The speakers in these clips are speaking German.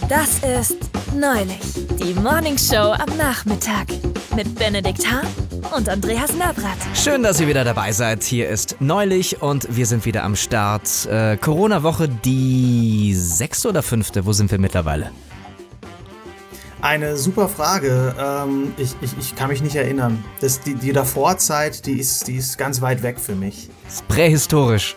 Das ist Neulich, die Morningshow am Nachmittag mit Benedikt Hahn und Andreas Navrat. Schön, dass ihr wieder dabei seid. Hier ist Neulich und wir sind wieder am Start. Corona-Woche, die 6. oder 5.? Wo sind wir mittlerweile? Eine super Frage. Ich kann mich nicht erinnern. Die Davorzeit, die ist ganz weit weg für mich. Das ist prähistorisch.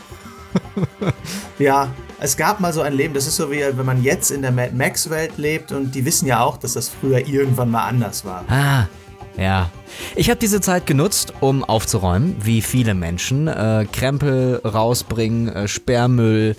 Ja, es gab mal so ein Leben, das ist so wie wenn man jetzt in der Mad Max-Welt lebt und die wissen ja auch, dass das früher irgendwann mal anders war. Ah, ja. Ich habe diese Zeit genutzt, um aufzuräumen, wie viele Menschen. Krempel rausbringen, Sperrmüll,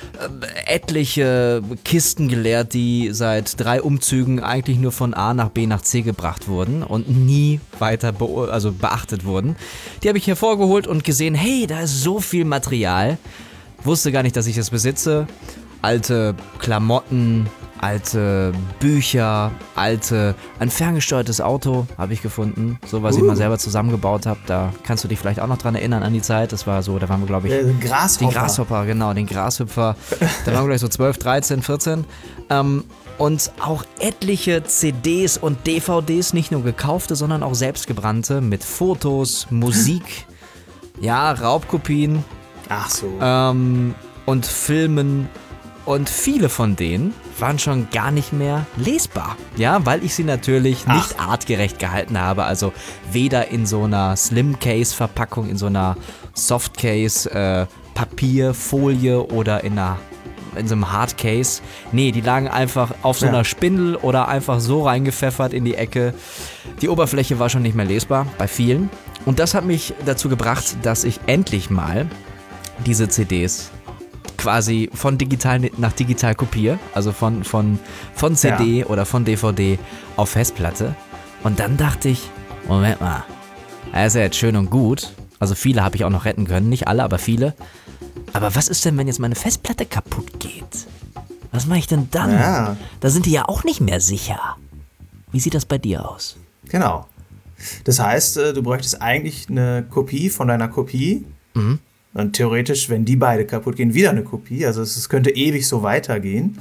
etliche Kisten geleert, die seit 3 Umzügen eigentlich nur von A nach B nach C gebracht wurden und nie weiter beachtet wurden. Die habe ich hervorgeholt und gesehen, hey, da ist so viel Material. Wusste gar nicht, dass ich es besitze. Alte Klamotten, alte Bücher, ein ferngesteuertes Auto habe ich gefunden. So, was ich mal selber zusammengebaut habe. Da kannst du dich vielleicht auch noch dran erinnern an die Zeit. Das war so, da waren wir, glaube ich... Den Grashopper. Den Grashopper, genau, den Grashüpfer. Da waren wir gleich so 12, 13, 14. Und auch etliche CDs und DVDs, nicht nur gekaufte, sondern auch selbstgebrannte mit Fotos, Musik, ja, Raubkopien. Ach so. Und Filmen. Und viele von denen waren schon gar nicht mehr lesbar. Ja, weil ich sie natürlich nicht artgerecht gehalten habe. Also weder in so einer Slim-Case-Verpackung, in so einer Soft-Case, Papierfolie oder in so einem Hardcase. Nee, die lagen einfach auf so einer Spindel oder einfach so reingepfeffert in die Ecke. Die Oberfläche war schon nicht mehr lesbar, bei vielen. Und das hat mich dazu gebracht, dass ich endlich mal diese CDs quasi von digital nach digital kopiere, also von CD oder von DVD auf Festplatte. Und dann dachte ich, Moment mal, das ist ja jetzt schön und gut. Also viele habe ich auch noch retten können, nicht alle, aber viele. Aber was ist denn, wenn jetzt meine Festplatte kaputt geht? Was mache ich denn dann? Ja. Da sind die ja auch nicht mehr sicher. Wie sieht das bei dir aus? Genau. Das heißt, du bräuchtest eigentlich eine Kopie von deiner Kopie. Mhm. Und theoretisch, wenn die beide kaputt gehen, wieder eine Kopie. Also es könnte ewig so weitergehen.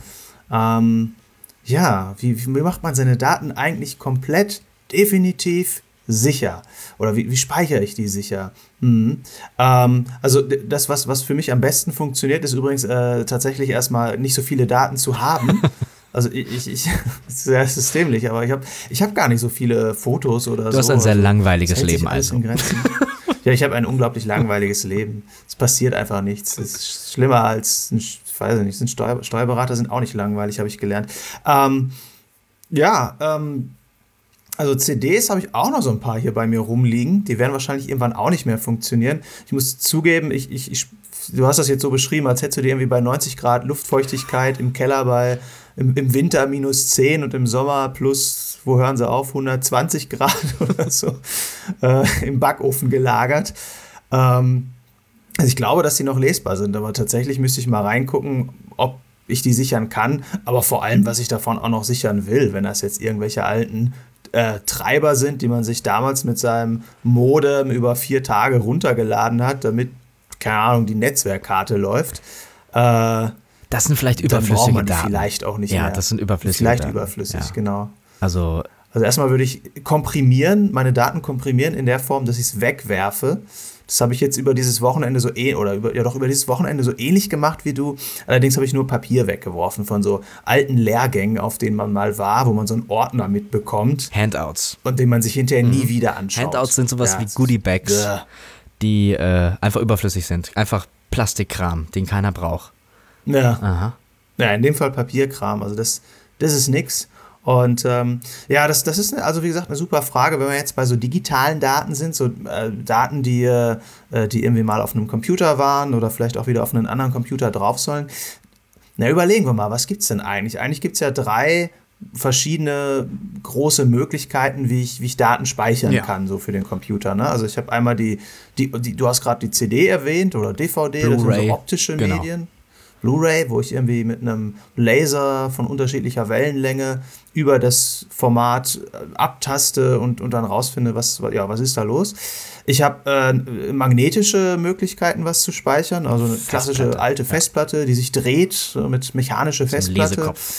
Wie macht man seine Daten eigentlich komplett definitiv sicher? Oder wie speichere ich die sicher? Also das, was für mich am besten funktioniert, ist übrigens tatsächlich erstmal nicht so viele Daten zu haben. Also ich das ist sehr systemlich, aber ich hab gar nicht so viele Fotos oder so. Du hast ein sehr langweiliges Leben, also. Ja, ich habe ein unglaublich langweiliges Leben. Es passiert einfach nichts. Es ist schlimmer als, Steuerberater sind auch nicht langweilig, habe ich gelernt. Also CDs habe ich auch noch so ein paar hier bei mir rumliegen. Die werden wahrscheinlich irgendwann auch nicht mehr funktionieren. Ich muss zugeben, du hast das jetzt so beschrieben, als hättest du dir irgendwie bei 90 Grad Luftfeuchtigkeit im Keller im Winter -10 und im Sommer plus, wo hören sie auf, 120 Grad oder so im Backofen gelagert. Also ich glaube, dass die noch lesbar sind, aber tatsächlich müsste ich mal reingucken, ob ich die sichern kann, aber vor allem, was ich davon auch noch sichern will, wenn das jetzt irgendwelche alten Treiber sind, die man sich damals mit seinem Modem über 4 Tage runtergeladen hat, damit, keine Ahnung, die Netzwerkkarte läuft. Das sind vielleicht überflüssige dann braucht man Daten. Vielleicht auch nicht mehr. Ja, das sind überflüssige vielleicht Daten. Überflüssig, ja. Genau. Also erstmal würde ich meine Daten komprimieren in der Form, dass ich es wegwerfe. Das habe ich jetzt über dieses Wochenende über dieses Wochenende so ähnlich gemacht wie du. Allerdings habe ich nur Papier weggeworfen von so alten Lehrgängen, auf denen man mal war, wo man so einen Ordner mitbekommt. Handouts. Und den man sich hinterher nie wieder anschaut. Handouts sind sowas wie Goodie-Bags, die einfach überflüssig sind. Einfach Plastikkram, den keiner braucht. Ja. Aha. Ja, in dem Fall Papierkram. Also das ist nix. Und das ist, also wie gesagt, eine super Frage, wenn wir jetzt bei so digitalen Daten sind, so Daten, die irgendwie mal auf einem Computer waren oder vielleicht auch wieder auf einen anderen Computer drauf sollen. Na, überlegen wir mal, was gibt's denn eigentlich? Eigentlich gibt's ja 3 verschiedene große Möglichkeiten, wie ich Daten speichern kann, so für den Computer. Ne? Also ich habe einmal du hast gerade die CD erwähnt oder DVD, Blu-ray, das sind so optische Medien. Blu-ray, wo ich irgendwie mit einem Laser von unterschiedlicher Wellenlänge über das Format abtaste und dann rausfinde, was ist da los. Ich habe magnetische Möglichkeiten, was zu speichern, also eine klassische alte Festplatte, die sich dreht, so mit mechanischer Festplatte. Lesekopf.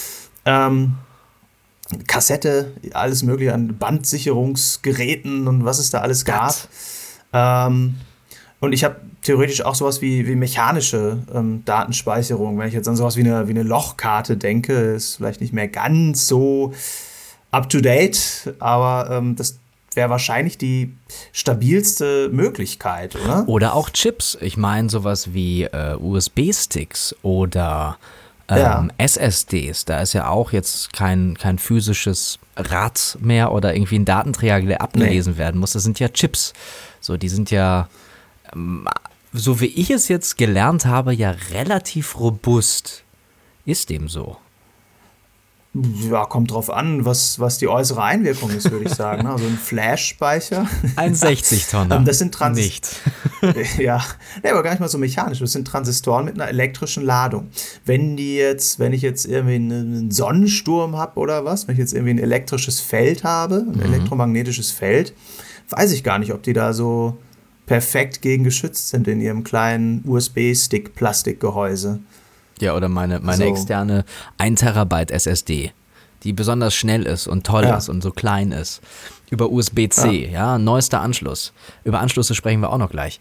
Kassette, alles mögliche an Bandsicherungsgeräten und was es da alles gab. Und ich habe theoretisch auch sowas wie mechanische Datenspeicherung. Wenn ich jetzt an sowas wie eine Lochkarte denke, ist vielleicht nicht mehr ganz so up-to-date, aber das wäre wahrscheinlich die stabilste Möglichkeit, oder? Oder auch Chips. Ich meine sowas wie USB-Sticks oder SSDs. Da ist ja auch jetzt kein physisches Rad mehr oder irgendwie ein Datenträger, der abgelesen werden muss. Das sind ja Chips. So, die sind ja, so wie ich es jetzt gelernt habe, ja relativ robust. Ist dem so? Ja, kommt drauf an, was die äußere Einwirkung ist, würde ich sagen. Also ein Flash-Speicher. Ein 60-Tonner. Das sind Nicht. Ja, aber gar nicht mal so mechanisch. Das sind Transistoren mit einer elektrischen Ladung. Wenn ich jetzt irgendwie einen Sonnensturm habe oder was, wenn ich jetzt irgendwie ein elektrisches Feld habe, ein elektromagnetisches Feld, weiß ich gar nicht, ob die da so perfekt gegen geschützt sind in ihrem kleinen USB-Stick-Plastikgehäuse. Ja, oder meine externe 1 Terabyte SSD, die besonders schnell ist und toll ist und so klein ist. Über USB-C, neuester Anschluss. Über Anschlüsse sprechen wir auch noch gleich.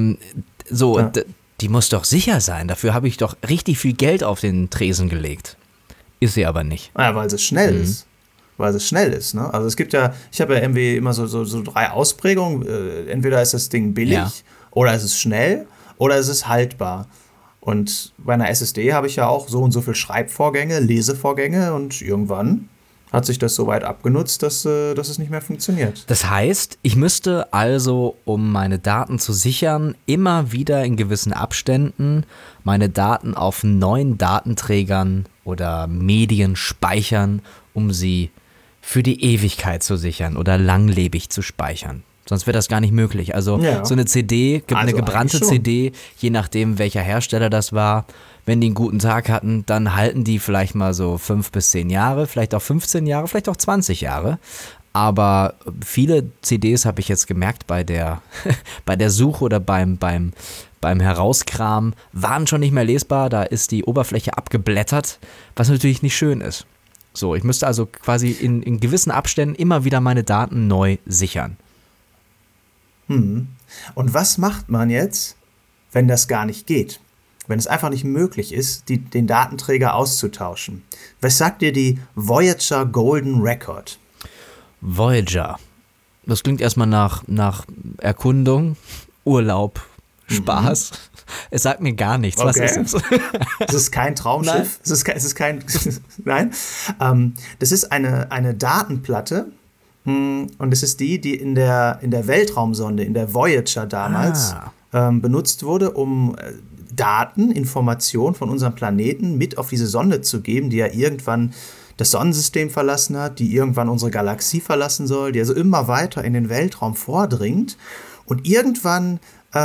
Die muss doch sicher sein. Dafür habe ich doch richtig viel Geld auf den Tresen gelegt. Ist sie aber nicht. Ja, weil es schnell ist. Weil es schnell ist, ne? Also es gibt ja, ich habe ja irgendwie immer so 3 Ausprägungen. Entweder ist das Ding billig oder es ist schnell oder es ist haltbar. Und bei einer SSD habe ich ja auch so und so viel Schreibvorgänge, Lesevorgänge und irgendwann hat sich das so weit abgenutzt, dass es nicht mehr funktioniert. Das heißt, ich müsste also, um meine Daten zu sichern, immer wieder in gewissen Abständen meine Daten auf neuen Datenträgern oder Medien speichern, um sie für die Ewigkeit zu sichern oder langlebig zu speichern. Sonst wäre das gar nicht möglich. Also so eine CD, eine gebrannte CD, je nachdem welcher Hersteller das war, wenn die einen guten Tag hatten, dann halten die vielleicht mal so 5 bis 10 Jahre, vielleicht auch 15 Jahre, vielleicht auch 20 Jahre. Aber viele CDs habe ich jetzt gemerkt bei der Suche oder beim Herauskramen, waren schon nicht mehr lesbar, da ist die Oberfläche abgeblättert, was natürlich nicht schön ist. So, ich müsste also quasi in gewissen Abständen immer wieder meine Daten neu sichern. Und was macht man jetzt, wenn das gar nicht geht? Wenn es einfach nicht möglich ist, den Datenträger auszutauschen? Was sagt dir die Voyager Golden Record? Voyager. Das klingt erstmal nach Erkundung, Urlaub, Spaß. Es sagt mir gar nichts. Okay. Was ist es? Es ist kein Traumschiff. Es ist kein. Nein. Das ist eine Datenplatte. Und es ist die in der Weltraumsonde, in der Voyager damals benutzt wurde, um Daten, Informationen von unserem Planeten mit auf diese Sonde zu geben, die ja irgendwann das Sonnensystem verlassen hat, die irgendwann unsere Galaxie verlassen soll, die also immer weiter in den Weltraum vordringt und irgendwann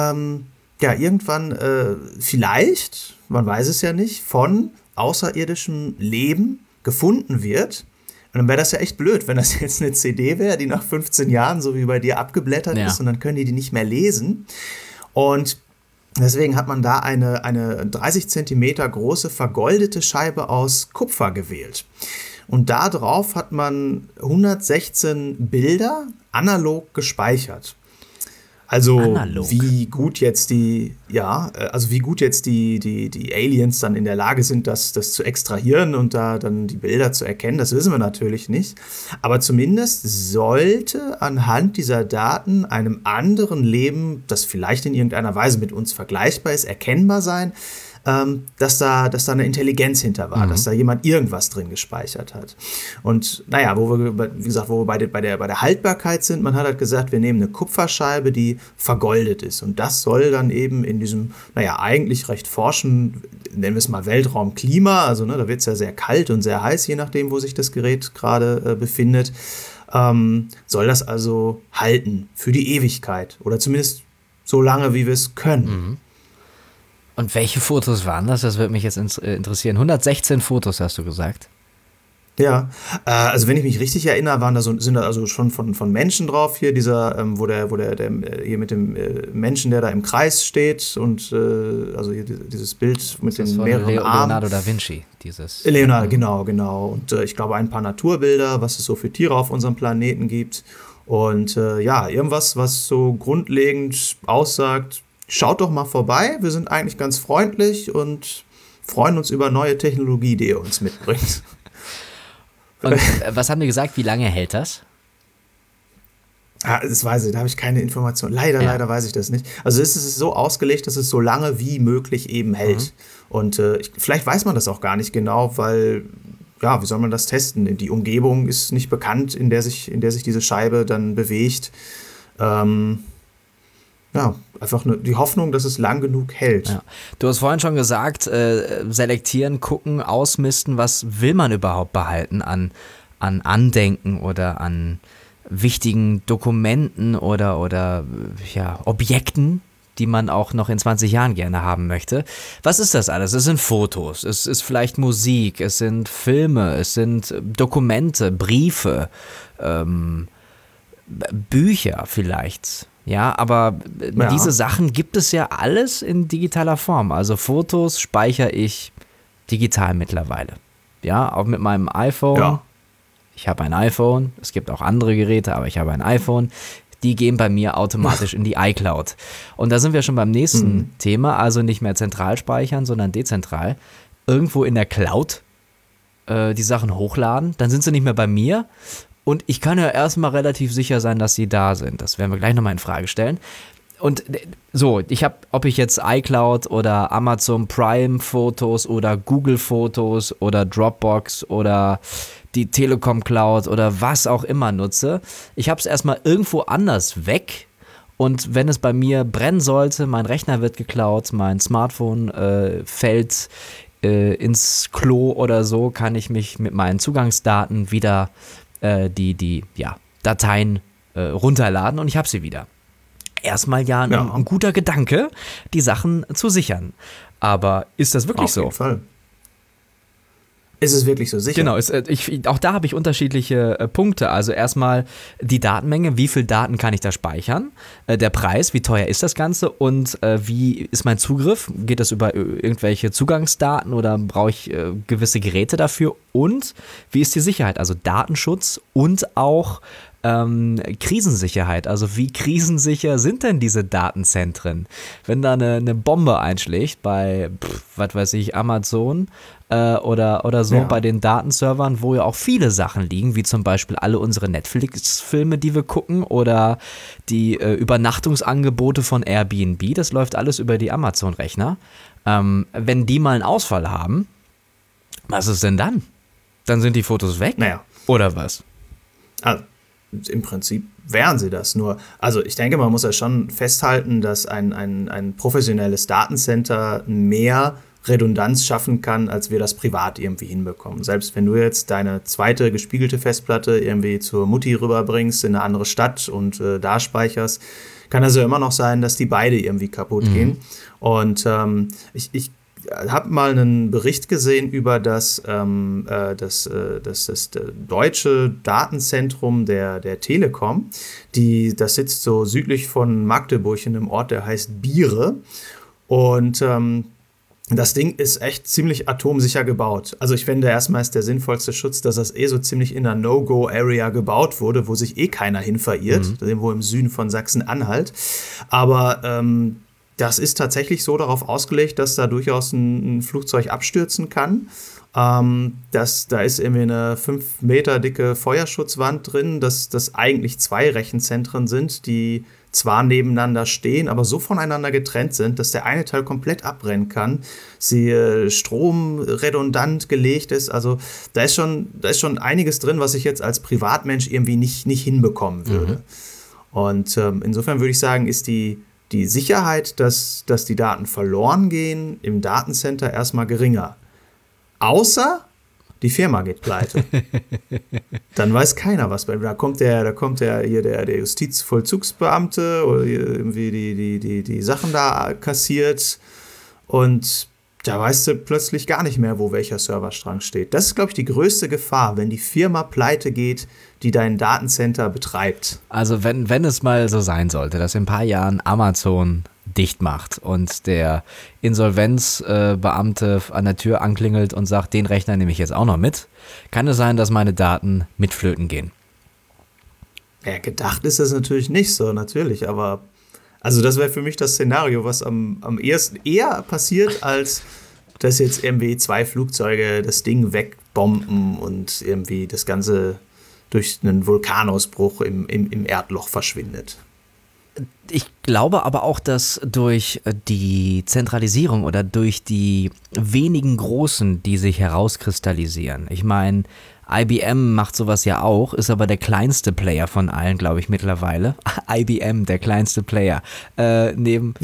vielleicht, man weiß es ja nicht, von außerirdischem Leben gefunden wird. Und dann wäre das ja echt blöd, wenn das jetzt eine CD wäre, die nach 15 Jahren so wie bei dir abgeblättert ist und dann können die nicht mehr lesen. Und deswegen hat man da eine 30 Zentimeter große vergoldete Scheibe aus Kupfer gewählt. Und da drauf hat man 116 Bilder analog gespeichert. Also wie gut jetzt die Aliens dann in der Lage sind, das zu extrahieren und da dann die Bilder zu erkennen, das wissen wir natürlich nicht. Aber zumindest sollte anhand dieser Daten einem anderen Leben, das vielleicht in irgendeiner Weise mit uns vergleichbar ist, erkennbar sein, dass da eine Intelligenz hinter war, dass da jemand irgendwas drin gespeichert hat. Und wo wir bei der Haltbarkeit sind, man hat halt gesagt, wir nehmen eine Kupferscheibe, die vergoldet ist. Und das soll dann eben in diesem, eigentlich recht forschen, nennen wir es mal Weltraumklima, also da wird es ja sehr kalt und sehr heiß, je nachdem, wo sich das Gerät gerade befindet, soll das also halten für die Ewigkeit oder zumindest so lange, wie wir es können. Und welche Fotos waren das? Das würde mich jetzt interessieren. 116 Fotos, hast du gesagt? Ja, also wenn ich mich richtig erinnere, sind da also schon von Menschen drauf hier, dieser, hier mit dem Menschen, der da im Kreis steht und also hier dieses Bild mit Das ist den von mehreren Armen. Leonardo da Vinci, dieses. Leonardo, genau. Und ich glaube ein paar Naturbilder, was es so für Tiere auf unserem Planeten gibt. Und ja, irgendwas, was so grundlegend aussagt, schaut doch mal vorbei, wir sind eigentlich ganz freundlich und freuen uns über neue Technologie, die ihr uns mitbringt. Und was haben die gesagt, wie lange hält das? Das weiß ich, da habe ich keine Information. Leider weiß ich das nicht. Also es ist so ausgelegt, dass es so lange wie möglich eben hält. Und vielleicht weiß man das auch gar nicht genau, weil, ja, wie soll man das testen? Die Umgebung ist nicht bekannt, in der sich diese Scheibe dann bewegt. Ja, einfach die Hoffnung, dass es lang genug hält. Ja. Du hast vorhin schon gesagt, selektieren, gucken, ausmisten, was will man überhaupt behalten an Andenken oder an wichtigen Dokumenten oder ja, Objekten, die man auch noch in 20 Jahren gerne haben möchte. Was ist das alles? Es sind Fotos, es ist vielleicht Musik, es sind Filme, es sind Dokumente, Briefe, Bücher vielleicht. Ja, aber diese Sachen gibt es ja alles in digitaler Form. Also Fotos speichere ich digital mittlerweile. Ja, auch mit meinem iPhone. Ja. Ich habe ein iPhone. Es gibt auch andere Geräte, aber ich habe ein iPhone. Die gehen bei mir automatisch in die iCloud. Und da sind wir schon beim nächsten Thema. Also nicht mehr zentral speichern, sondern dezentral. Irgendwo in der Cloud die Sachen hochladen. Dann sind sie nicht mehr bei mir. Und ich kann ja erstmal relativ sicher sein, dass sie da sind. Das werden wir gleich nochmal in Frage stellen. Und so, ob ich jetzt iCloud oder Amazon Prime Fotos oder Google Fotos oder Dropbox oder die Telekom Cloud oder was auch immer nutze, ich habe es erstmal irgendwo anders weg. Und wenn es bei mir brennen sollte, mein Rechner wird geklaut, mein Smartphone fällt ins Klo oder so, kann ich mich mit meinen Zugangsdaten wieder die Dateien runterladen und ich habe sie wieder. Erstmal ein guter Gedanke, die Sachen zu sichern. Aber ist das wirklich so? Auf jeden Fall. Ist es wirklich so sicher? Genau, auch da habe ich unterschiedliche Punkte. Also erstmal die Datenmenge, wie viel Daten kann ich da speichern? Der Preis, wie teuer ist das Ganze? Und wie ist mein Zugriff? Geht das über irgendwelche Zugangsdaten oder brauche ich gewisse Geräte dafür? Und wie ist die Sicherheit? Also Datenschutz und auch Krisensicherheit. Also wie krisensicher sind denn diese Datenzentren? Wenn da eine Bombe einschlägt bei, was weiß ich, Amazon oder so bei den Datenservern, wo ja auch viele Sachen liegen, wie zum Beispiel alle unsere Netflix-Filme, die wir gucken oder die Übernachtungsangebote von Airbnb, das läuft alles über die Amazon-Rechner. Wenn die mal einen Ausfall haben, was ist denn dann? Dann sind die Fotos weg? Naja. Oder was? Also, im Prinzip wären sie das. Nur, also ich denke, man muss ja schon festhalten, dass ein professionelles Datencenter mehr Redundanz schaffen kann, als wir das privat irgendwie hinbekommen. Selbst wenn du jetzt deine zweite gespiegelte Festplatte irgendwie zur Mutti rüberbringst in eine andere Stadt und da speicherst, kann es ja immer noch sein, dass die beide irgendwie kaputt gehen. Und ich habe mal einen Bericht gesehen über das deutsche Datenzentrum der Telekom. Das sitzt so südlich von Magdeburg in einem Ort, der heißt Biere. Und das Ding ist echt ziemlich atomsicher gebaut. Also ich finde, erstmal ist der sinnvollste Schutz, dass das so ziemlich in einer No-Go-Area gebaut wurde, wo sich keiner hin verirrt, irgendwo im Süden von Sachsen-Anhalt. Aber das ist tatsächlich so darauf ausgelegt, dass da durchaus ein Flugzeug abstürzen kann. Da ist irgendwie eine 5 Meter dicke Feuerschutzwand drin, dass das eigentlich 2 Rechenzentren sind, die zwar nebeneinander stehen, aber so voneinander getrennt sind, dass der eine Teil komplett abbrennen kann. Sie stromredundant gelegt ist. Also da ist schon einiges drin, was ich jetzt als Privatmensch irgendwie nicht hinbekommen würde. Und insofern würde ich sagen, ist die Sicherheit, dass die Daten verloren gehen, im Datencenter erstmal geringer. Außer die Firma geht pleite. Dann weiß keiner was. Da kommt der Justizvollzugsbeamte oder irgendwie die Sachen da kassiert und Da weißt du plötzlich gar nicht mehr, wo welcher Serverstrang steht. Das ist, glaube ich, die größte Gefahr, wenn die Firma pleite geht, die dein Datencenter betreibt. Also wenn es mal so sein sollte, dass in ein paar Jahren Amazon dicht macht und der Insolvenzbeamte an der Tür anklingelt und sagt, den Rechner nehme ich jetzt auch noch mit, kann es sein, dass meine Daten mitflöten gehen. Ja, gedacht ist das natürlich nicht so, natürlich, aber also das wäre für mich das Szenario, was am ehesten eher passiert, als dass jetzt irgendwie 2 Flugzeuge das Ding wegbomben und irgendwie das Ganze durch einen Vulkanausbruch im Erdloch verschwindet. Ich glaube aber auch, dass durch die Zentralisierung oder durch die wenigen Großen, die sich herauskristallisieren, ich meine, IBM macht sowas ja auch, ist aber der kleinste Player von allen, glaube ich, mittlerweile. IBM, der kleinste Player. Neben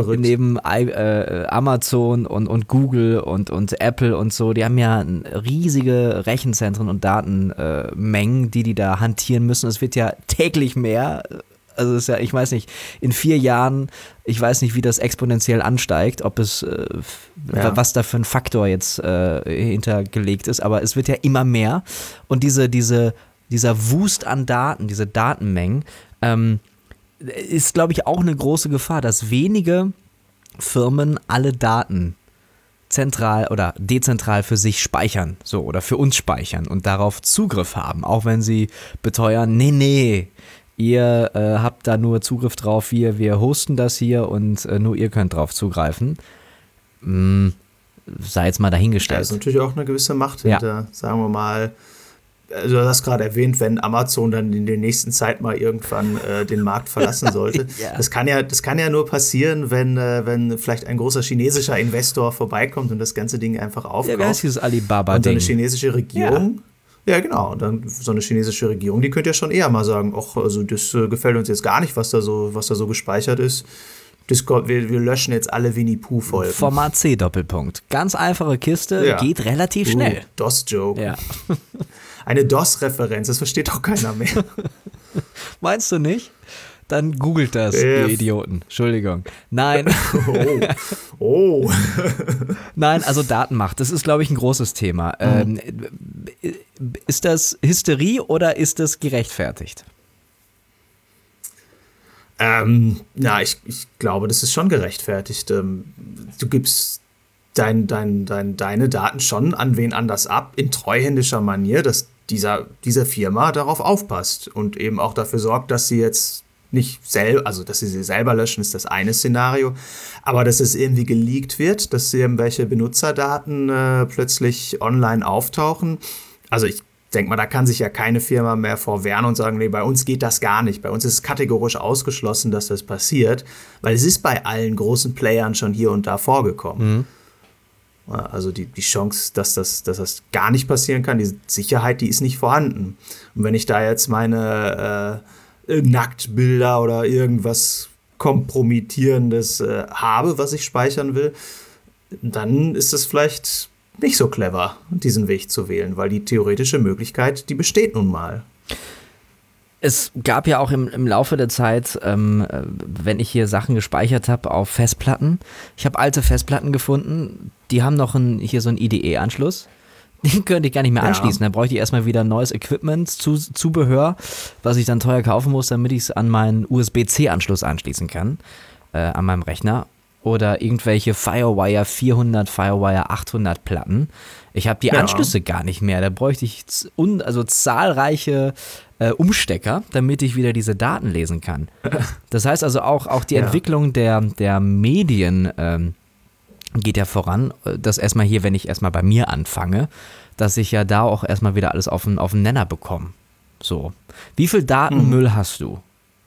Amazon und Google und Apple und so, die haben ja riesige Rechenzentren und Datenmengen, die da hantieren müssen. Es wird ja täglich mehr. Also es ist ja, ich weiß nicht, in 4 Jahren, ich weiß nicht, wie das exponentiell ansteigt, ob es, was da für ein Faktor jetzt hintergelegt ist, aber es wird ja immer mehr. Und dieser Wust an Daten, diese Datenmengen, ist, glaube ich, auch eine große Gefahr, dass wenige Firmen alle Daten zentral oder dezentral für sich speichern, so, oder für uns speichern und darauf Zugriff haben, auch wenn sie beteuern, nee, ihr habt da nur Zugriff drauf, wir hosten das hier und nur ihr könnt drauf zugreifen. Sei jetzt mal dahingestellt. Da ist natürlich auch eine gewisse Macht hinter, sagen wir mal. Also du hast gerade erwähnt, wenn Amazon dann in der nächsten Zeit mal irgendwann den Markt verlassen sollte. Ja. Das kann ja nur passieren, wenn vielleicht ein großer chinesischer Investor vorbeikommt und das ganze Ding einfach aufkauft. Ja, wer ist dieses Alibaba-Ding? Und so eine chinesische Regierung. Ja, genau. Und dann so eine chinesische Regierung, die könnte ja schon eher mal sagen, ach, also das gefällt uns jetzt gar nicht, was da so gespeichert ist. Wir löschen jetzt alle Winnie-Pooh-Folgen. Format C, Doppelpunkt. Ganz einfache Kiste, geht relativ schnell. DOS-Joke. Ja. Eine DOS-Referenz, das versteht doch keiner mehr. Meinst du nicht? Dann googelt das, ihr Idioten. Entschuldigung. Nein. Oh. Nein, also Datenmacht, das ist, glaube ich, ein großes Thema. Ist das Hysterie oder ist das gerechtfertigt? Ich glaube, das ist schon gerechtfertigt. Du gibst deine Daten schon an wen anders ab, in treuhändischer Manier, dass diese Firma darauf aufpasst und eben auch dafür sorgt, dass sie jetzt nicht dass sie selber löschen, ist das eine Szenario, aber dass es irgendwie geleakt wird, dass irgendwelche Benutzerdaten plötzlich online auftauchen. Also ich denke mal, da kann sich ja keine Firma mehr vor wehren und sagen, nee, bei uns geht das gar nicht. Bei uns ist kategorisch ausgeschlossen, dass das passiert, weil es ist bei allen großen Playern schon hier und da vorgekommen. Also die Chance, dass das gar nicht passieren kann, die Sicherheit, die ist nicht vorhanden. Und wenn ich da jetzt meine Nacktbilder oder irgendwas Kompromittierendes habe, was ich speichern will, dann ist es vielleicht nicht so clever, diesen Weg zu wählen, weil die theoretische Möglichkeit, die besteht nun mal. Es gab ja auch im Laufe der Zeit, wenn ich hier Sachen gespeichert habe auf Festplatten, ich habe alte Festplatten gefunden, die haben noch hier so einen IDE-Anschluss. Den könnte ich gar nicht mehr anschließen. Da bräuchte ich erstmal wieder neues Equipment, Zubehör, was ich dann teuer kaufen muss, damit ich es an meinen USB-C-Anschluss anschließen kann, an meinem Rechner. Oder irgendwelche Firewire 400, Firewire 800 Platten. Ich habe die Anschlüsse gar nicht mehr. Da bräuchte ich zahlreiche Umstecker, damit ich wieder diese Daten lesen kann. Das heißt also auch die Entwicklung der Medien geht ja voran, dass erstmal hier, wenn ich erstmal bei mir anfange, dass ich ja da auch erstmal wieder alles auf den Nenner bekomme. So. Wie viel Datenmüll hast du?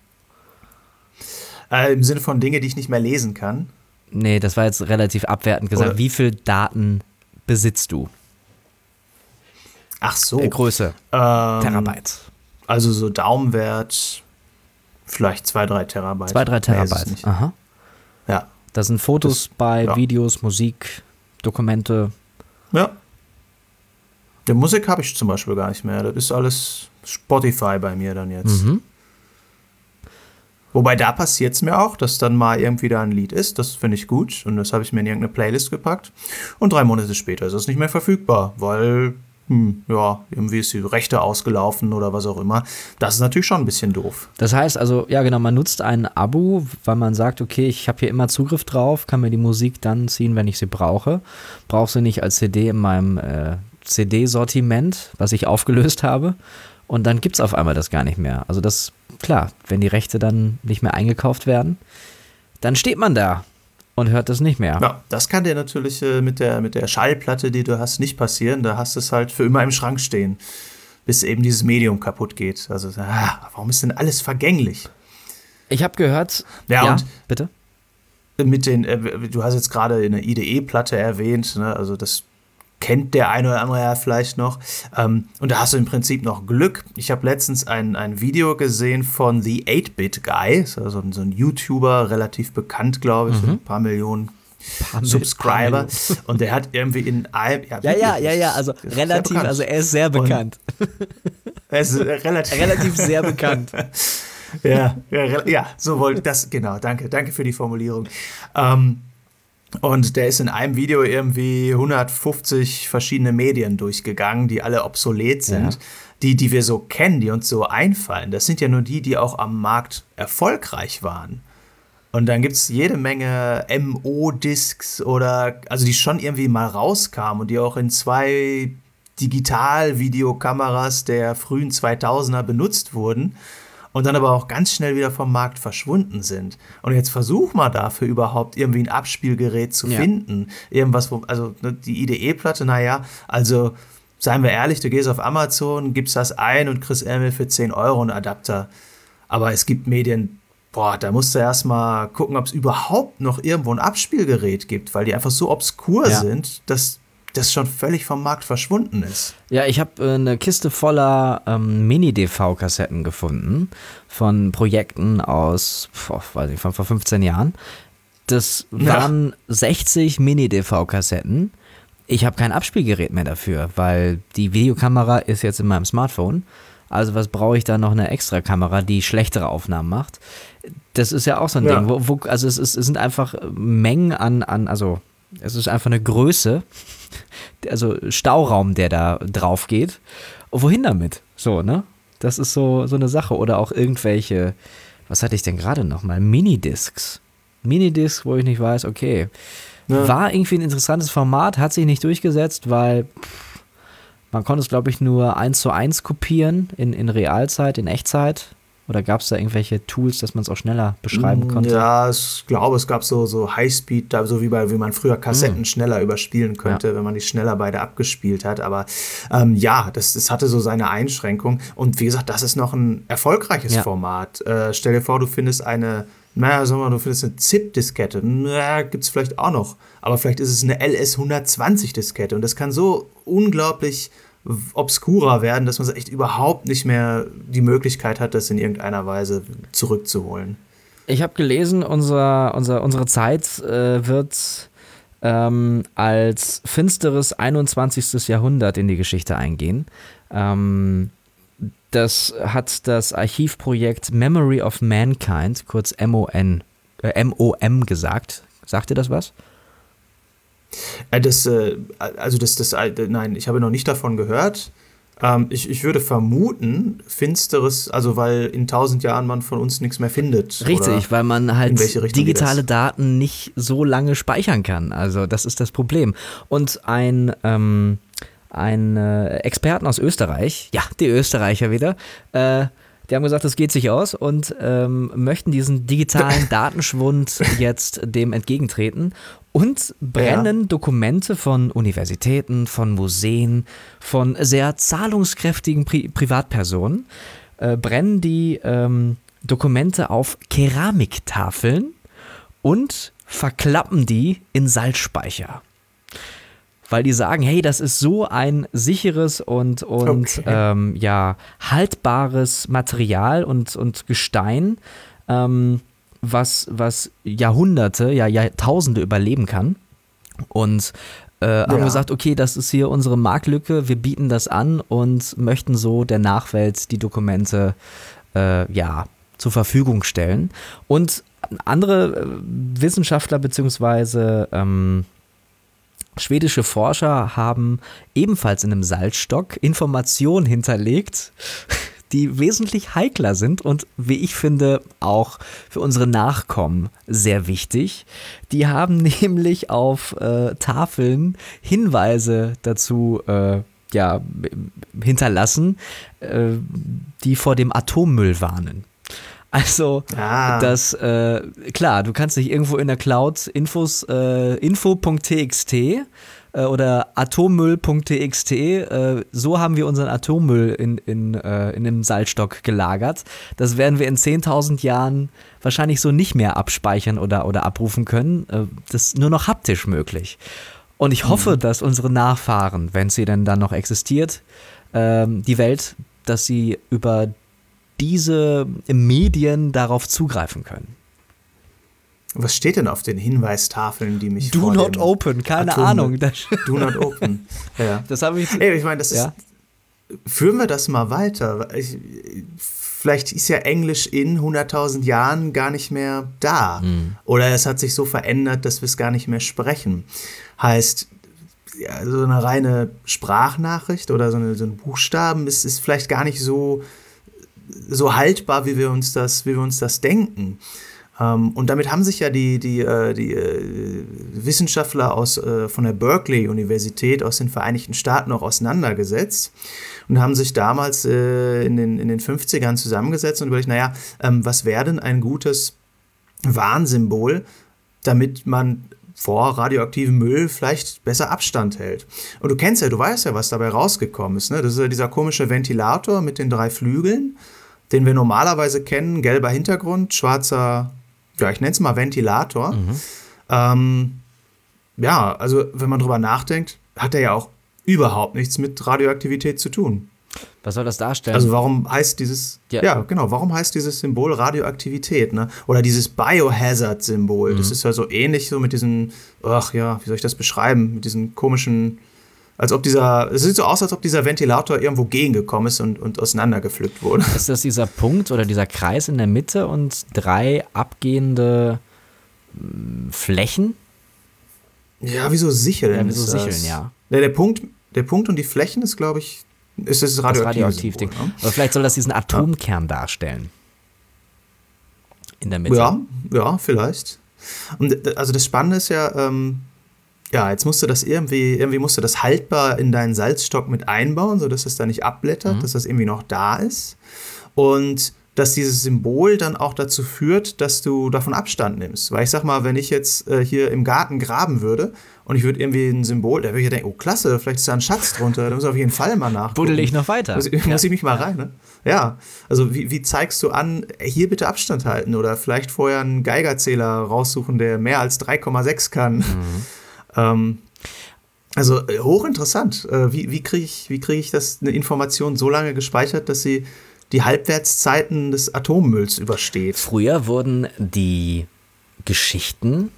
Im Sinne von Dinge, die ich nicht mehr lesen kann? Nee, das war jetzt relativ abwertend gesagt. Oder wie viel Daten besitzt du? Ach so. Größe. Terabyte. Also so Daumenwert, vielleicht 2-3 Terabyte. 2-3 Terabyte. Aha. Ja. Da sind Fotos bei, Videos, Musik, Dokumente. Ja. Die Musik habe ich zum Beispiel gar nicht mehr. Das ist alles Spotify bei mir dann jetzt. Wobei da passiert es mir auch, dass dann mal irgendwie da ein Lied ist. Das finde ich gut. Und das habe ich mir in irgendeine Playlist gepackt. Und 3 Monate später ist es nicht mehr verfügbar, weil, irgendwie ist die Rechte ausgelaufen oder was auch immer. Das ist natürlich schon ein bisschen doof. Das heißt also, ja genau, man nutzt ein Abo, weil man sagt, okay, ich habe hier immer Zugriff drauf, kann mir die Musik dann ziehen, wenn ich sie brauche. Brauche sie nicht als CD in meinem CD-Sortiment, was ich aufgelöst habe. Und dann gibt es auf einmal das gar nicht mehr. Also das, klar, wenn die Rechte dann nicht mehr eingekauft werden, dann steht man da und hört das nicht mehr. Ja, das kann dir natürlich mit der Schallplatte, die du hast, nicht passieren. Da hast du es halt für immer im Schrank stehen, bis eben dieses Medium kaputt geht. Also, warum ist denn alles vergänglich? Ich habe gehört, und bitte? Mit du hast jetzt gerade eine IDE-Platte erwähnt, ne? Also das kennt der eine oder andere ja vielleicht noch. Und da hast du im Prinzip noch Glück. Ich habe letztens ein Video gesehen von The 8-Bit Guy, also so ein YouTuber, relativ bekannt, glaube ich, ein paar Millionen Subscriber. Und der hat irgendwie in einem... Ja, also relativ, also er ist sehr bekannt. Er ist relativ sehr bekannt. Ja, so wollte das, genau, danke für die Formulierung. Und der ist in einem Video irgendwie 150 verschiedene Medien durchgegangen, die alle obsolet sind. Ja. Die wir so kennen, die uns so einfallen, das sind ja nur die auch am Markt erfolgreich waren. Und dann gibt es jede Menge MO-Discs also die schon irgendwie mal rauskamen und die auch in 2 Digital-Videokameras der frühen 2000er benutzt wurden. Und dann aber auch ganz schnell wieder vom Markt verschwunden sind. Und jetzt versuch mal dafür überhaupt irgendwie ein Abspielgerät zu finden. Irgendwas, also die IDE-Platte, also seien wir ehrlich, du gehst auf Amazon, gibst das ein und kriegst irgendwie für 10 Euro einen Adapter. Aber es gibt Medien, da musst du erst mal gucken, ob es überhaupt noch irgendwo ein Abspielgerät gibt, weil die einfach so obskur sind, dass das schon völlig vom Markt verschwunden ist. Ja, ich habe eine Kiste voller Mini-DV-Kassetten gefunden von Projekten aus, von vor 15 Jahren. Das waren 60 Mini-DV-Kassetten. Ich habe kein Abspielgerät mehr dafür, weil die Videokamera ist jetzt in meinem Smartphone. Also was brauche ich da noch eine extra Kamera, die schlechtere Aufnahmen macht? Das ist ja auch so ein Ding. Also es sind einfach Mengen also es ist einfach eine Größe, also Stauraum, der da drauf geht. Wohin damit? So, ne? Das ist so eine Sache. Oder auch irgendwelche, was hatte ich denn gerade nochmal? Minidiscs, wo ich nicht weiß, okay. War irgendwie ein interessantes Format, hat sich nicht durchgesetzt, weil man konnte es, glaube ich, nur 1:1 kopieren in Realzeit, in Echtzeit. Oder gab es da irgendwelche Tools, dass man es auch schneller beschreiben konnte? Ja, ich glaube, es gab so Highspeed, so wie man früher Kassetten schneller überspielen könnte, wenn man die schneller beide abgespielt hat. Aber das hatte so seine Einschränkung. Und wie gesagt, das ist noch ein erfolgreiches Format. Stell dir vor, du findest eine ZIP-Diskette. Gibt es vielleicht auch noch. Aber vielleicht ist es eine LS-120-Diskette. Und das kann so unglaublich obskurer werden, dass man echt überhaupt nicht mehr die Möglichkeit hat, das in irgendeiner Weise zurückzuholen. Ich habe gelesen, unsere Zeit wird als finsteres 21. Jahrhundert in die Geschichte eingehen. Das hat das Archivprojekt Memory of Mankind, kurz MOM, gesagt. Sagt ihr das was? Nein, ich habe noch nicht davon gehört. Ich würde vermuten, finsteres, also weil in 1000 Jahren man von uns nichts mehr findet. Richtig, weil man halt digitale Daten nicht so lange speichern kann. Also das ist das Problem. Und ein Experten aus Österreich, die Österreicher wieder, die haben gesagt, das geht sich aus und möchten diesen digitalen Datenschwund jetzt dem entgegentreten und brennen Dokumente von Universitäten, von Museen, von sehr zahlungskräftigen Privatpersonen, brennen die Dokumente auf Keramiktafeln und verklappen die in Salzspeicher. Weil die sagen, hey, das ist so ein sicheres und haltbares Material und Gestein, was Jahrhunderte, Jahrtausende überleben kann. Und haben gesagt, okay, das ist hier unsere Marktlücke, wir bieten das an und möchten so der Nachwelt die Dokumente zur Verfügung stellen. Und andere Wissenschaftler bzw. schwedische Forscher haben ebenfalls in einem Salzstock Informationen hinterlegt, die wesentlich heikler sind und, wie ich finde, auch für unsere Nachkommen sehr wichtig. Die haben nämlich auf Tafeln Hinweise dazu hinterlassen, die vor dem Atommüll warnen. Also, klar, du kannst nicht irgendwo in der Cloud info.txt oder atommüll.txt, so haben wir unseren Atommüll in einem Salzstock gelagert. Das werden wir in 10.000 Jahren wahrscheinlich so nicht mehr abspeichern oder abrufen können. Das ist nur noch haptisch möglich. Und ich hoffe, dass unsere Nachfahren, wenn sie denn dann noch existiert, die Welt, dass sie über diese Medien darauf zugreifen können. Was steht denn auf den Hinweistafeln, die mich Do not open, keine Ahnung. Do not open. Ja. Das habe ich. Ich meine, das ist. Führen wir das mal weiter. Vielleicht ist ja Englisch in 100.000 Jahren gar nicht mehr da. Oder es hat sich so verändert, dass wir es gar nicht mehr sprechen. Heißt, so eine reine Sprachnachricht oder so ein Buchstaben ist vielleicht gar nicht so haltbar, wie wir uns das denken. Und damit haben sich ja die Wissenschaftler von der Berkeley-Universität aus den Vereinigten Staaten auch auseinandergesetzt und haben sich damals in den 50ern zusammengesetzt und überlegt, was wäre denn ein gutes Warnsymbol, damit man vor radioaktivem Müll vielleicht besser Abstand hält. Und du weißt ja, was dabei rausgekommen ist. Ne? Das ist ja dieser komische Ventilator mit den 3 Flügeln, den wir normalerweise kennen, gelber Hintergrund, schwarzer, ich nenne es mal Ventilator. Also wenn man drüber nachdenkt, hat er ja auch überhaupt nichts mit Radioaktivität zu tun. Was soll das darstellen? Also warum heißt dieses Symbol Radioaktivität, ne? Oder dieses Biohazard-Symbol, das ist ja so ähnlich so mit diesen, wie soll ich das beschreiben, mit diesen komischen, es sieht so aus, als ob dieser Ventilator irgendwo gegengekommen ist und auseinandergepflückt wurde. Ist das dieser Punkt oder dieser Kreis in der Mitte und 3 abgehende Flächen? Ja, wie so Sicheln. Ja, wie so Sicheln, ja. Der Punkt und die Flächen ist, glaube ich, ist das radioaktiv Ding. Ne? Aber vielleicht soll das diesen Atomkern darstellen. In der Mitte. Ja, vielleicht. Und also das Spannende ist ja, jetzt musst du das irgendwie musst du das haltbar in deinen Salzstock mit einbauen, sodass es da nicht abblättert, dass das irgendwie noch da ist. Und dass dieses Symbol dann auch dazu führt, dass du davon Abstand nimmst. Weil ich sag mal, wenn ich jetzt hier im Garten graben würde und ich würde irgendwie ein Symbol, da würde ich ja denken, oh klasse, vielleicht ist da ein Schatz drunter, da muss ich auf jeden Fall mal nachgucken. Buddel ich noch weiter. Muss ich mich mal rein, ne? Ja, also wie zeigst du an, hier bitte Abstand halten oder vielleicht vorher einen Geigerzähler raussuchen, der mehr als 3,6 kann. Also hochinteressant. Wie kriege ich das, eine Information so lange gespeichert, dass sie die Halbwertszeiten des Atommülls übersteht? Früher wurden die Geschichten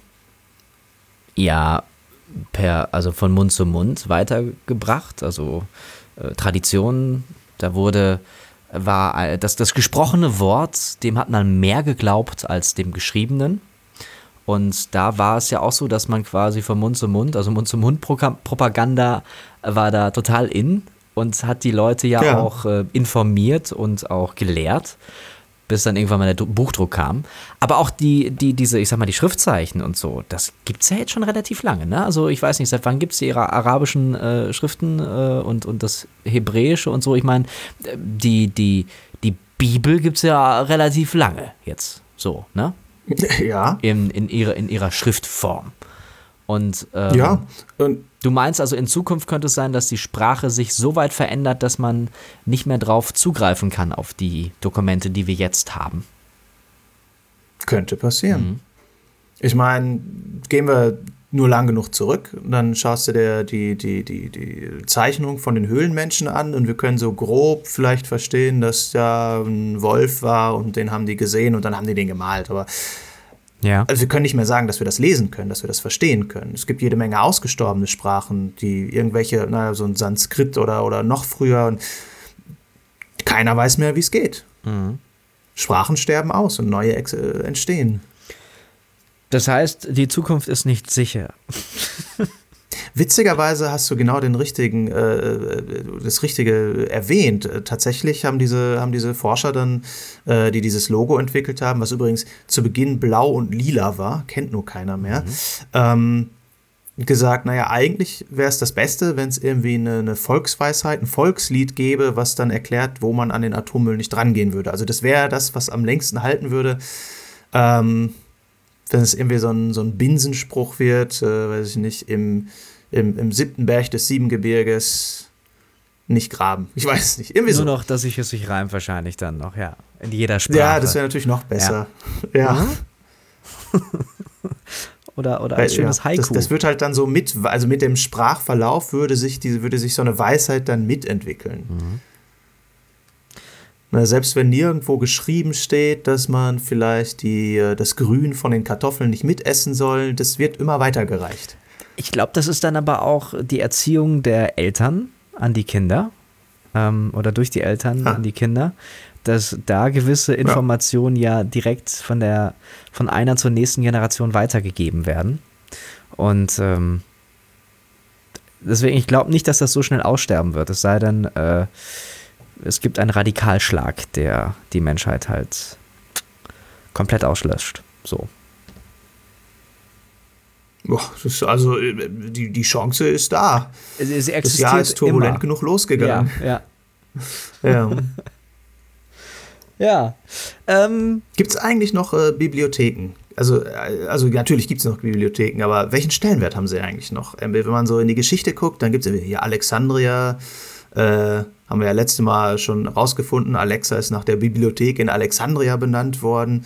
von Mund zu Mund weitergebracht, also Traditionen, das gesprochene Wort, dem hat man mehr geglaubt als dem geschriebenen. Und da war es ja auch so, dass man quasi von Mund zu Mund, also Mund-zu-Mund-Propaganda war da total in und hat die Leute auch informiert und auch gelehrt, bis dann irgendwann mal der Buchdruck kam. Aber auch diese, ich sag mal, die Schriftzeichen und so, das gibt's ja jetzt schon relativ lange, ne? Also ich weiß nicht, seit wann gibt's die arabischen Schriften und das Hebräische und so. Ich meine, die Bibel gibt's ja relativ lange jetzt, so, ne? Ja. In ihrer Schriftform. Und du meinst also, in Zukunft könnte es sein, dass die Sprache sich so weit verändert, dass man nicht mehr drauf zugreifen kann auf die Dokumente, die wir jetzt haben? Könnte passieren. Ich meine, gehen wir nur lang genug zurück, dann schaust du dir die Zeichnung von den Höhlenmenschen an und wir können so grob vielleicht verstehen, dass da ein Wolf war und den haben die gesehen und dann haben die den gemalt, aber also wir können nicht mehr sagen, dass wir das lesen können, dass wir das verstehen können. Es gibt jede Menge ausgestorbene Sprachen, die irgendwelche, so ein Sanskrit oder noch früher, und keiner weiß mehr, wie es geht. Sprachen sterben aus und neue entstehen. Das heißt, die Zukunft ist nicht sicher. Witzigerweise hast du genau das Richtige erwähnt. Tatsächlich haben diese Forscher dann, die dieses Logo entwickelt haben, was übrigens zu Beginn blau und lila war, kennt nur keiner mehr, gesagt, naja, eigentlich wäre es das Beste, wenn es irgendwie eine Volksweisheit, ein Volkslied gäbe, was dann erklärt, wo man an den Atommüll nicht drangehen würde. Also das wäre das, was am längsten halten würde. Wenn es irgendwie so ein Binsenspruch wird, weiß ich nicht, im 7. Berg des Siebengebirges nicht graben. Ich weiß es nicht. Irgendwie Nur so. noch, dass ich es sich reimt wahrscheinlich dann noch, ja. In jeder Sprache. Ja, das wäre natürlich noch besser. Ja. Oder als schönes Haiku. Das wird halt dann so mit dem Sprachverlauf würde sich so eine Weisheit dann mitentwickeln. Na, selbst wenn nirgendwo geschrieben steht, dass man vielleicht das Grün von den Kartoffeln nicht mitessen soll, das wird immer weitergereicht. Ich glaube, das ist dann aber auch die Erziehung der Eltern an die Kinder oder durch die Eltern an die Kinder, dass da gewisse Informationen ja direkt von einer zur nächsten Generation weitergegeben werden. Und deswegen, ich glaube nicht, dass das so schnell aussterben wird. Es sei denn, es gibt einen Radikalschlag, der die Menschheit halt komplett auslöscht. So. Also die Chance ist da. Sie existiert das Jahr ist turbulent immer. Genug losgegangen. Ja. Ja. Gibt es eigentlich noch Bibliotheken? Also natürlich gibt es noch Bibliotheken, aber welchen Stellenwert haben sie eigentlich noch? Wenn man so in die Geschichte guckt, dann gibt es hier Alexandria, haben wir ja letztes Mal schon rausgefunden, Alexa ist nach der Bibliothek in Alexandria benannt worden.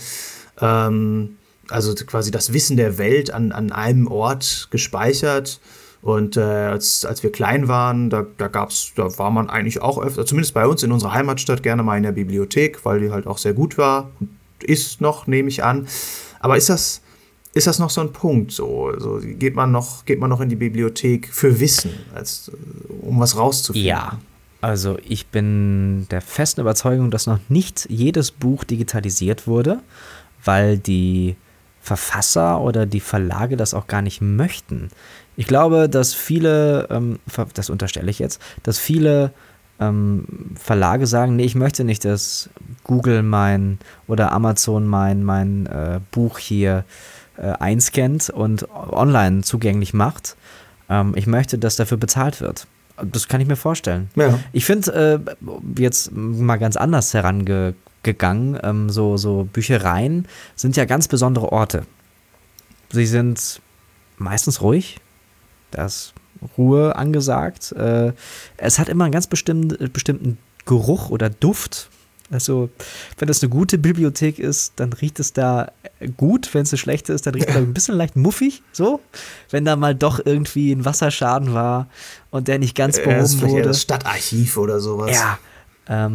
Also quasi das Wissen der Welt an einem Ort gespeichert. Und als wir klein waren, da war man eigentlich auch öfter, zumindest bei uns in unserer Heimatstadt, gerne mal in der Bibliothek, weil die halt auch sehr gut war. Ist noch, nehme ich an. Aber ist das noch so ein Punkt? So geht man noch in die Bibliothek für Wissen, um was rauszufinden? Ja, also ich bin der festen Überzeugung, dass noch nicht jedes Buch digitalisiert wurde, weil die Verfasser oder die Verlage das auch gar nicht möchten. Ich glaube, dass viele, das unterstelle ich jetzt, dass viele Verlage sagen, nee, ich möchte nicht, dass Google oder Amazon mein Buch hier einscannt und online zugänglich macht. Ich möchte, dass dafür bezahlt wird. Das kann ich mir vorstellen. Ja. Ich finde, jetzt mal ganz anders herangegangen, so Büchereien sind ja ganz besondere Orte. Sie sind meistens ruhig, da ist Ruhe angesagt. Es hat immer einen ganz bestimmten Geruch oder Duft. Also, wenn das eine gute Bibliothek ist, dann riecht es da gut. Wenn es eine schlechte ist, dann riecht es da ein bisschen leicht muffig. So, wenn da mal doch irgendwie ein Wasserschaden war und der nicht ganz behoben wurde. Das Stadtarchiv oder sowas. Ja.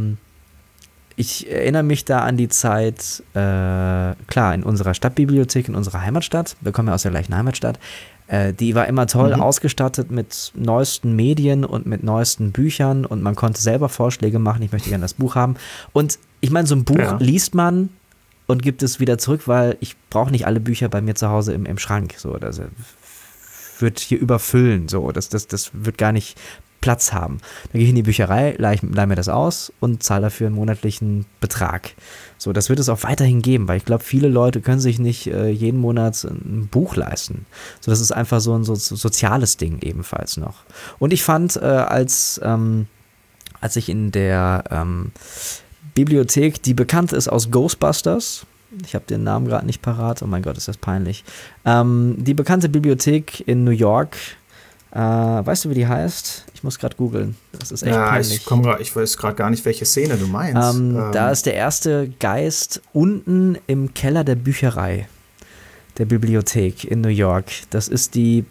Ich erinnere mich da an die Zeit, klar, in unserer Stadtbibliothek, in unserer Heimatstadt. Wir kommen ja aus der gleichen Heimatstadt. Die war immer toll ausgestattet mit neuesten Medien und mit neuesten Büchern und man konnte selber Vorschläge machen, ich möchte gerne das Buch haben. Und ich meine, so ein Buch liest man und gibt es wieder zurück, weil ich brauche nicht alle Bücher bei mir zu Hause im Schrank. So, das wird hier überfüllen. So, das wird gar nicht Platz haben. Dann gehe ich in die Bücherei, leih mir das aus und zahle dafür einen monatlichen Betrag. So, das wird es auch weiterhin geben, weil ich glaube, viele Leute können sich nicht jeden Monat ein Buch leisten. So, das ist einfach so ein soziales Ding ebenfalls noch. Und ich fand, als ich in der Bibliothek, die bekannt ist aus Ghostbusters, ich habe den Namen gerade nicht parat, oh mein Gott, ist das peinlich, die bekannte Bibliothek in New York, weißt du, wie die heißt? Ich muss gerade googeln. Das ist echt peinlich. Ich weiß gerade gar nicht, welche Szene du meinst. Da ist der erste Geist unten im Keller der Bücherei, der Bibliothek in New York. Das ist die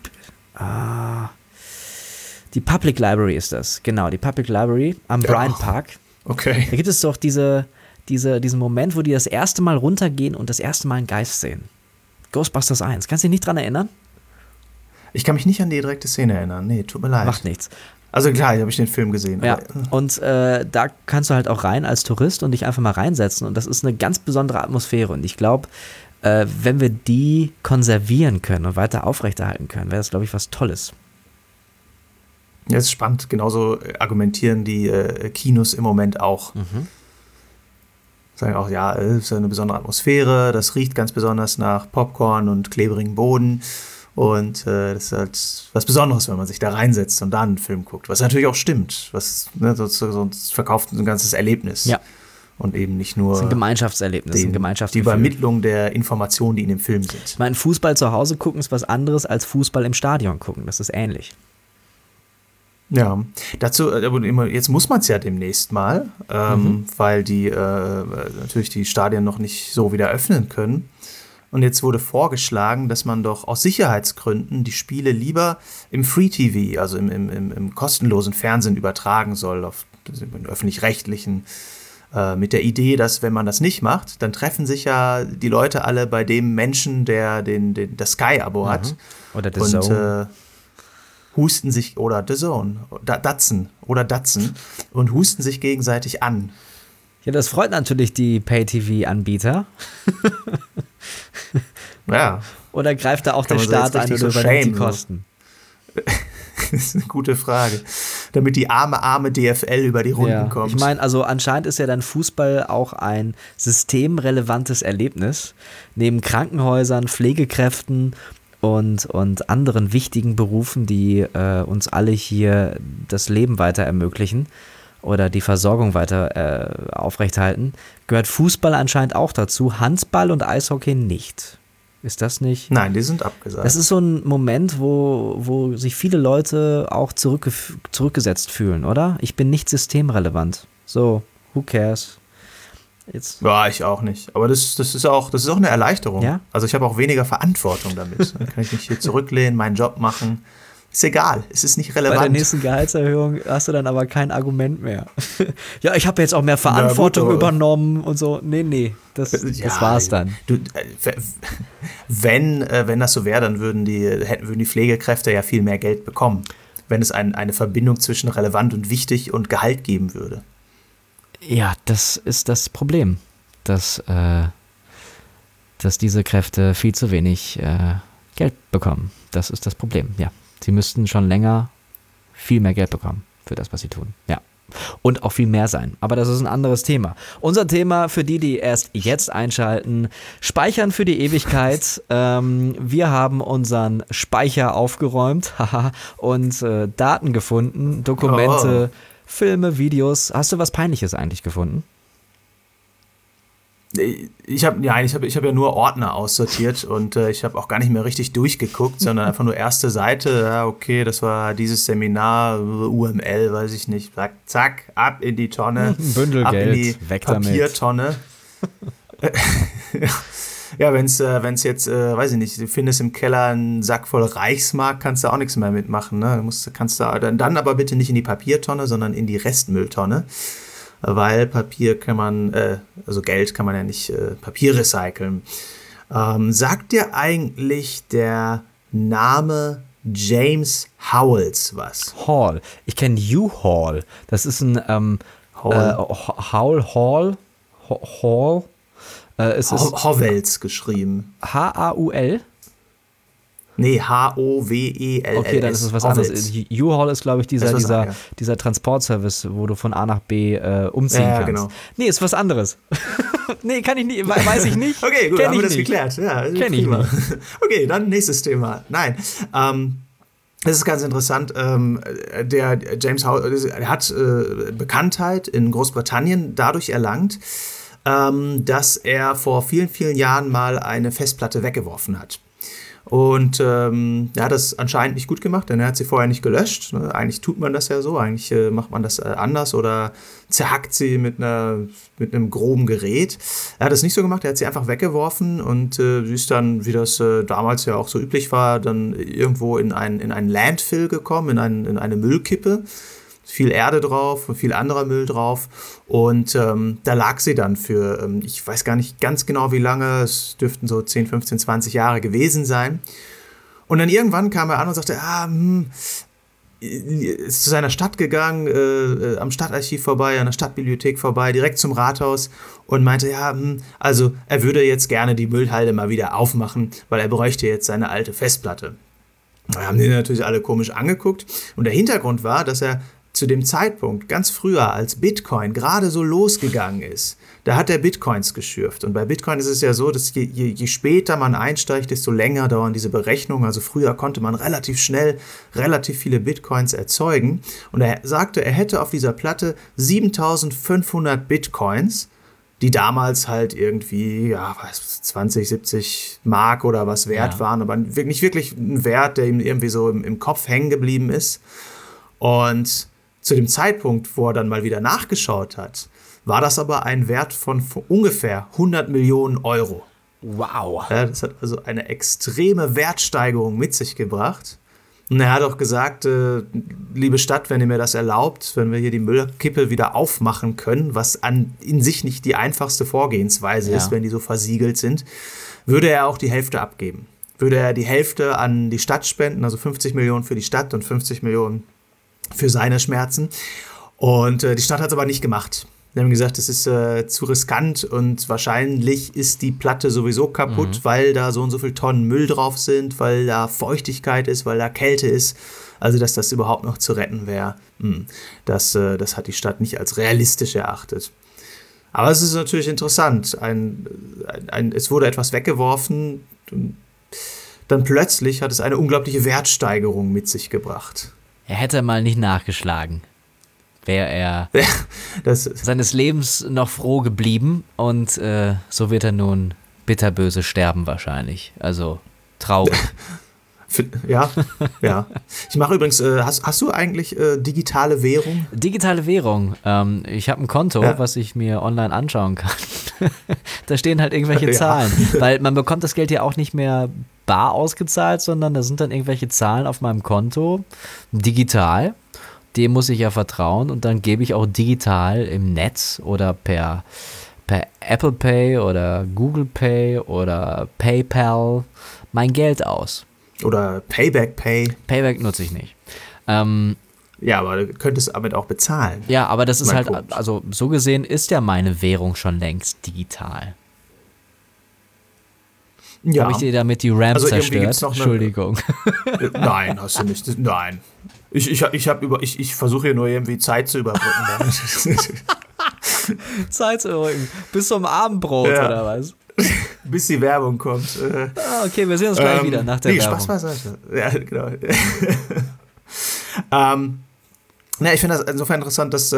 Public Library ist das. Genau, die Public Library am Bryant Park. Okay. Da gibt es doch diesen Moment, wo die das erste Mal runtergehen und das erste Mal einen Geist sehen. Ghostbusters 1. Kannst du dich nicht dran erinnern? Ich kann mich nicht an die direkte Szene erinnern. Nee, tut mir leid. Macht nichts. Also klar, habe ich den Film gesehen. Ja, und da kannst du halt auch rein als Tourist und dich einfach mal reinsetzen. Und das ist eine ganz besondere Atmosphäre. Und ich glaube, wenn wir die konservieren können und weiter aufrechterhalten können, wäre das, glaube ich, was Tolles. Ja, das ist spannend. Genauso argumentieren die Kinos im Moment auch. Sagen auch, ja, es ist eine besondere Atmosphäre, das riecht ganz besonders nach Popcorn und klebrigem Boden. Und das ist halt was Besonderes, wenn man sich da reinsetzt und da einen Film guckt. Was natürlich auch stimmt. Sonst verkauft ein ganzes Erlebnis. Ja. Und eben nicht nur das ist ein Gemeinschaftserlebnis, ein die Gemeinschaftsgefühl. Übermittlung der Informationen, die in dem Film sind. Ich meine, Fußball zu Hause gucken ist was anderes als Fußball im Stadion gucken. Das ist ähnlich. Ja, dazu, jetzt muss man es ja demnächst mal, weil die natürlich die Stadien noch nicht so wieder öffnen können. Und jetzt wurde vorgeschlagen, dass man doch aus Sicherheitsgründen die Spiele lieber im Free-TV, also im kostenlosen Fernsehen übertragen soll, auf den öffentlich-rechtlichen, mit der Idee, dass wenn man das nicht macht, dann treffen sich ja die Leute alle bei dem Menschen, der das Sky-Abo hat. Oder The Zone. Husten sich, oder The Zone, Datsen und husten sich gegenseitig an. Ja, das freut natürlich die Pay-TV-Anbieter. Ja. Oder greift da auch der Staat ein oder übernimmt die Kosten? Das ist eine gute Frage. Damit die arme DFL über die Runden kommt. Ich meine, also anscheinend ist ja dann Fußball auch ein systemrelevantes Erlebnis. Neben Krankenhäusern, Pflegekräften und anderen wichtigen Berufen, die uns alle hier das Leben weiter ermöglichen oder die Versorgung weiter aufrechthalten, gehört Fußball anscheinend auch dazu, Handball und Eishockey nicht. Ist das nicht? Nein, die sind abgesagt. Das ist so ein Moment, wo sich viele Leute auch zurückgesetzt fühlen, oder? Ich bin nicht systemrelevant. So, who cares? Jetzt. Ja, ich auch nicht. Aber das ist auch eine Erleichterung. Ja? Also ich habe auch weniger Verantwortung damit. Dann kann ich mich hier zurücklehnen, meinen Job machen. Ist egal, es ist nicht relevant. Bei der nächsten Gehaltserhöhung hast du dann aber kein Argument mehr. Ja, ich habe jetzt auch mehr Verantwortung übernommen und so. Nee, das war's dann. Wenn das so wäre, dann würden die Pflegekräfte ja viel mehr Geld bekommen, wenn es eine Verbindung zwischen relevant und wichtig und Gehalt geben würde. Ja, das ist das Problem, dass diese Kräfte viel zu wenig Geld bekommen. Das ist das Problem, ja. Sie müssten schon länger viel mehr Geld bekommen für das, was sie tun. Ja. Und auch viel mehr sein. Aber das ist ein anderes Thema. Unser Thema für die erst jetzt einschalten: Speichern für die Ewigkeit. Wir haben unseren Speicher aufgeräumt und Daten gefunden, Dokumente, Filme, Videos. Hast du was Peinliches eigentlich gefunden? Ich habe ja nur Ordner aussortiert und ich habe auch gar nicht mehr richtig durchgeguckt, sondern einfach nur erste Seite. Ja, okay, das war dieses Seminar, UML, weiß ich nicht. Zack, ab in die Tonne. Ein Bündel ab Geld, in die weg Papiertonne. Ja, wenn's jetzt, weiß ich nicht, du findest im Keller einen Sack voll Reichsmark, kannst du auch nichts mehr mitmachen. Ne? Kannst du dann aber bitte nicht in die Papiertonne, sondern in die Restmülltonne. Weil Papier kann man, also Geld kann man ja nicht Papier recyceln. Sagt dir eigentlich der Name James Howells was? Hall. Ich kenne U-Haul. Das ist ein Hall. Howells geschrieben. H-A-U-L? Nee, H-O-W-E-L-L-S. Okay, dann ist es was anderes. U-Haul ist, glaube ich, dieser Transportservice, wo du von A nach B umziehen kannst. Genau. Nee, ist was anderes. Nee, kann ich nicht, weiß ich nicht. Okay, gut, haben wir das geklärt. Ja, kenn ich nicht. Okay, dann nächstes Thema. Nein, das ist ganz interessant. Der James Howells hat Bekanntheit in Großbritannien dadurch erlangt, dass er vor vielen, vielen Jahren mal eine Festplatte weggeworfen hat. Und er hat das anscheinend nicht gut gemacht, denn er hat sie vorher nicht gelöscht. Ne? Eigentlich tut man das ja so, eigentlich macht man das anders oder zerhackt sie mit einem groben Gerät. Er hat das nicht so gemacht, er hat sie einfach weggeworfen und sie ist dann, wie das damals ja auch so üblich war, dann irgendwo in ein Landfill gekommen, in eine Müllkippe. Viel Erde drauf und viel anderer Müll drauf. Und da lag sie dann für, ich weiß gar nicht ganz genau wie lange, es dürften so 10, 15, 20 Jahre gewesen sein. Und dann irgendwann kam er an und sagte, ist zu seiner Stadt gegangen, am Stadtarchiv vorbei, an der Stadtbibliothek vorbei, direkt zum Rathaus und meinte, ja, also er würde jetzt gerne die Müllhalde mal wieder aufmachen, weil er bräuchte jetzt seine alte Festplatte. Da haben die natürlich alle komisch angeguckt und der Hintergrund war, dass er zu dem Zeitpunkt, ganz früher, als Bitcoin gerade so losgegangen ist, da hat er Bitcoins geschürft. Und bei Bitcoin ist es ja so, dass je später man einsteigt, desto länger dauern diese Berechnungen. Also früher konnte man relativ schnell relativ viele Bitcoins erzeugen. Und er sagte, er hätte auf dieser Platte 7500 Bitcoins, die damals halt irgendwie 20, 70 Mark oder was wert waren, aber nicht wirklich ein Wert, der ihm irgendwie so im Kopf hängen geblieben ist. Und zu dem Zeitpunkt, wo er dann mal wieder nachgeschaut hat, war das aber ein Wert von ungefähr 100 Millionen Euro. Wow. Ja, das hat also eine extreme Wertsteigerung mit sich gebracht. Und er hat auch gesagt, liebe Stadt, wenn ihr mir das erlaubt, wenn wir hier die Müllkippe wieder aufmachen können, was in sich nicht die einfachste Vorgehensweise ist, wenn die so versiegelt sind, würde er auch die Hälfte abgeben. Würde er die Hälfte an die Stadt spenden, also 50 Millionen für die Stadt und 50 Millionen für seine Schmerzen. Und die Stadt hat es aber nicht gemacht. Die haben gesagt, es ist zu riskant und wahrscheinlich ist die Platte sowieso kaputt, weil da so und so viel Tonnen Müll drauf sind, weil da Feuchtigkeit ist, weil da Kälte ist. Also, dass das überhaupt noch zu retten wäre, das hat die Stadt nicht als realistisch erachtet. Aber es ist natürlich interessant. Es wurde etwas weggeworfen, und dann plötzlich hat es eine unglaubliche Wertsteigerung mit sich gebracht. Er hätte mal nicht nachgeschlagen. Wäre er seines Lebens noch froh geblieben und so wird er nun bitterböse sterben wahrscheinlich. Also traurig. Ja. Ich mache übrigens, hast du eigentlich digitale Währung? Digitale Währung. Ich habe ein Konto, was ich mir online anschauen kann. Da stehen halt irgendwelche Zahlen. Weil man bekommt das Geld ja auch nicht mehr bar ausgezahlt, sondern da sind dann irgendwelche Zahlen auf meinem Konto, digital. Dem muss ich ja vertrauen und dann gebe ich auch digital im Netz oder per Apple Pay oder Google Pay oder PayPal mein Geld aus. Oder Payback Pay. Payback nutze ich nicht. Ja, aber du könntest damit auch bezahlen. Ja, aber das ist halt, Punkt. also so gesehen ist ja meine Währung schon längst digital. Ja. Habe ich dir damit die RAM zerstört? Noch Entschuldigung. Nein, hast du nicht. Nein. Ich versuche hier nur irgendwie Zeit zu überbrücken. Zeit zu überbrücken. Bis zum Abendbrot oder was? Bis die Werbung kommt. Okay, wir sehen uns gleich wieder nach der Werbung. Spaß beiseite. Ja, genau. Ich finde das insofern interessant, dass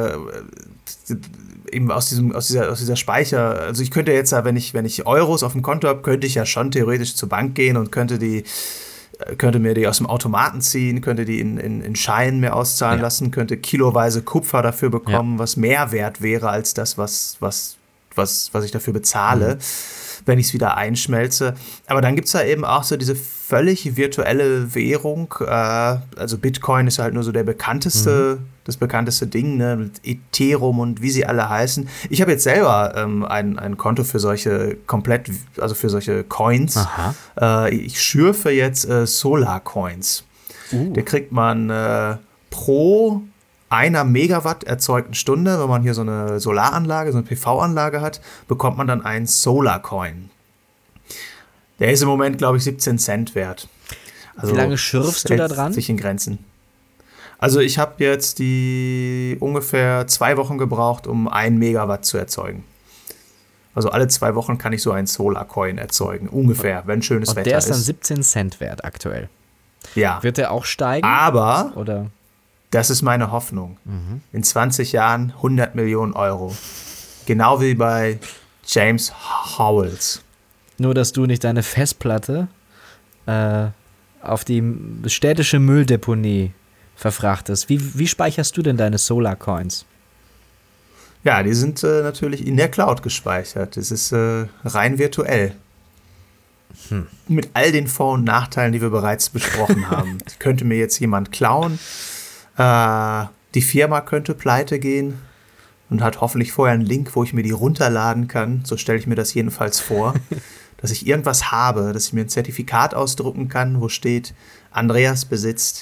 eben aus dieser Speicher, also ich könnte jetzt ja, wenn ich Euros auf dem Konto habe, könnte ich ja schon theoretisch zur Bank gehen und könnte mir die aus dem Automaten ziehen, könnte die in Scheinen mir auszahlen lassen, könnte kiloweise Kupfer dafür bekommen, was mehr wert wäre als das, was ich dafür bezahle, wenn ich es wieder einschmelze. Aber dann gibt es da eben auch so diese völlig virtuelle Währung. Also Bitcoin ist halt nur so das bekannteste Ding, ne, mit Ethereum und wie sie alle heißen. Ich habe jetzt selber ein Konto für solche für solche Coins. Ich schürfe jetzt Solar Coins. Da kriegt man pro einer Megawatt erzeugten Stunde, wenn man hier so eine Solaranlage, so eine PV-Anlage hat, bekommt man dann einen Solar-Coin. Der ist im Moment, glaube ich, 17 Cent wert. Also wie lange schürfst du da dran? Sich in Grenzen. Also ich habe jetzt die ungefähr 2 Wochen gebraucht, um 1 Megawatt zu erzeugen. Also alle 2 Wochen kann ich so einen Solar-Coin erzeugen, ungefähr, wenn schönes Wetter ist. Und der ist dann 17 Cent wert aktuell. Ja. Wird der auch steigen? Aber oder? Das ist meine Hoffnung. In 20 Jahren 100 Millionen Euro. Genau wie bei James Howells. Nur, dass du nicht deine Festplatte auf die städtische Mülldeponie verfrachtest. Wie speicherst du denn deine Solar-Coins? Ja, die sind natürlich in der Cloud gespeichert. Das ist rein virtuell. Mit all den Vor- und Nachteilen, die wir bereits besprochen haben. Die könnte mir jetzt jemand klauen. Die Firma könnte pleite gehen und hat hoffentlich vorher einen Link, wo ich mir die runterladen kann. So stelle ich mir das jedenfalls vor, dass ich irgendwas habe, dass ich mir ein Zertifikat ausdrucken kann, wo steht, Andreas besitzt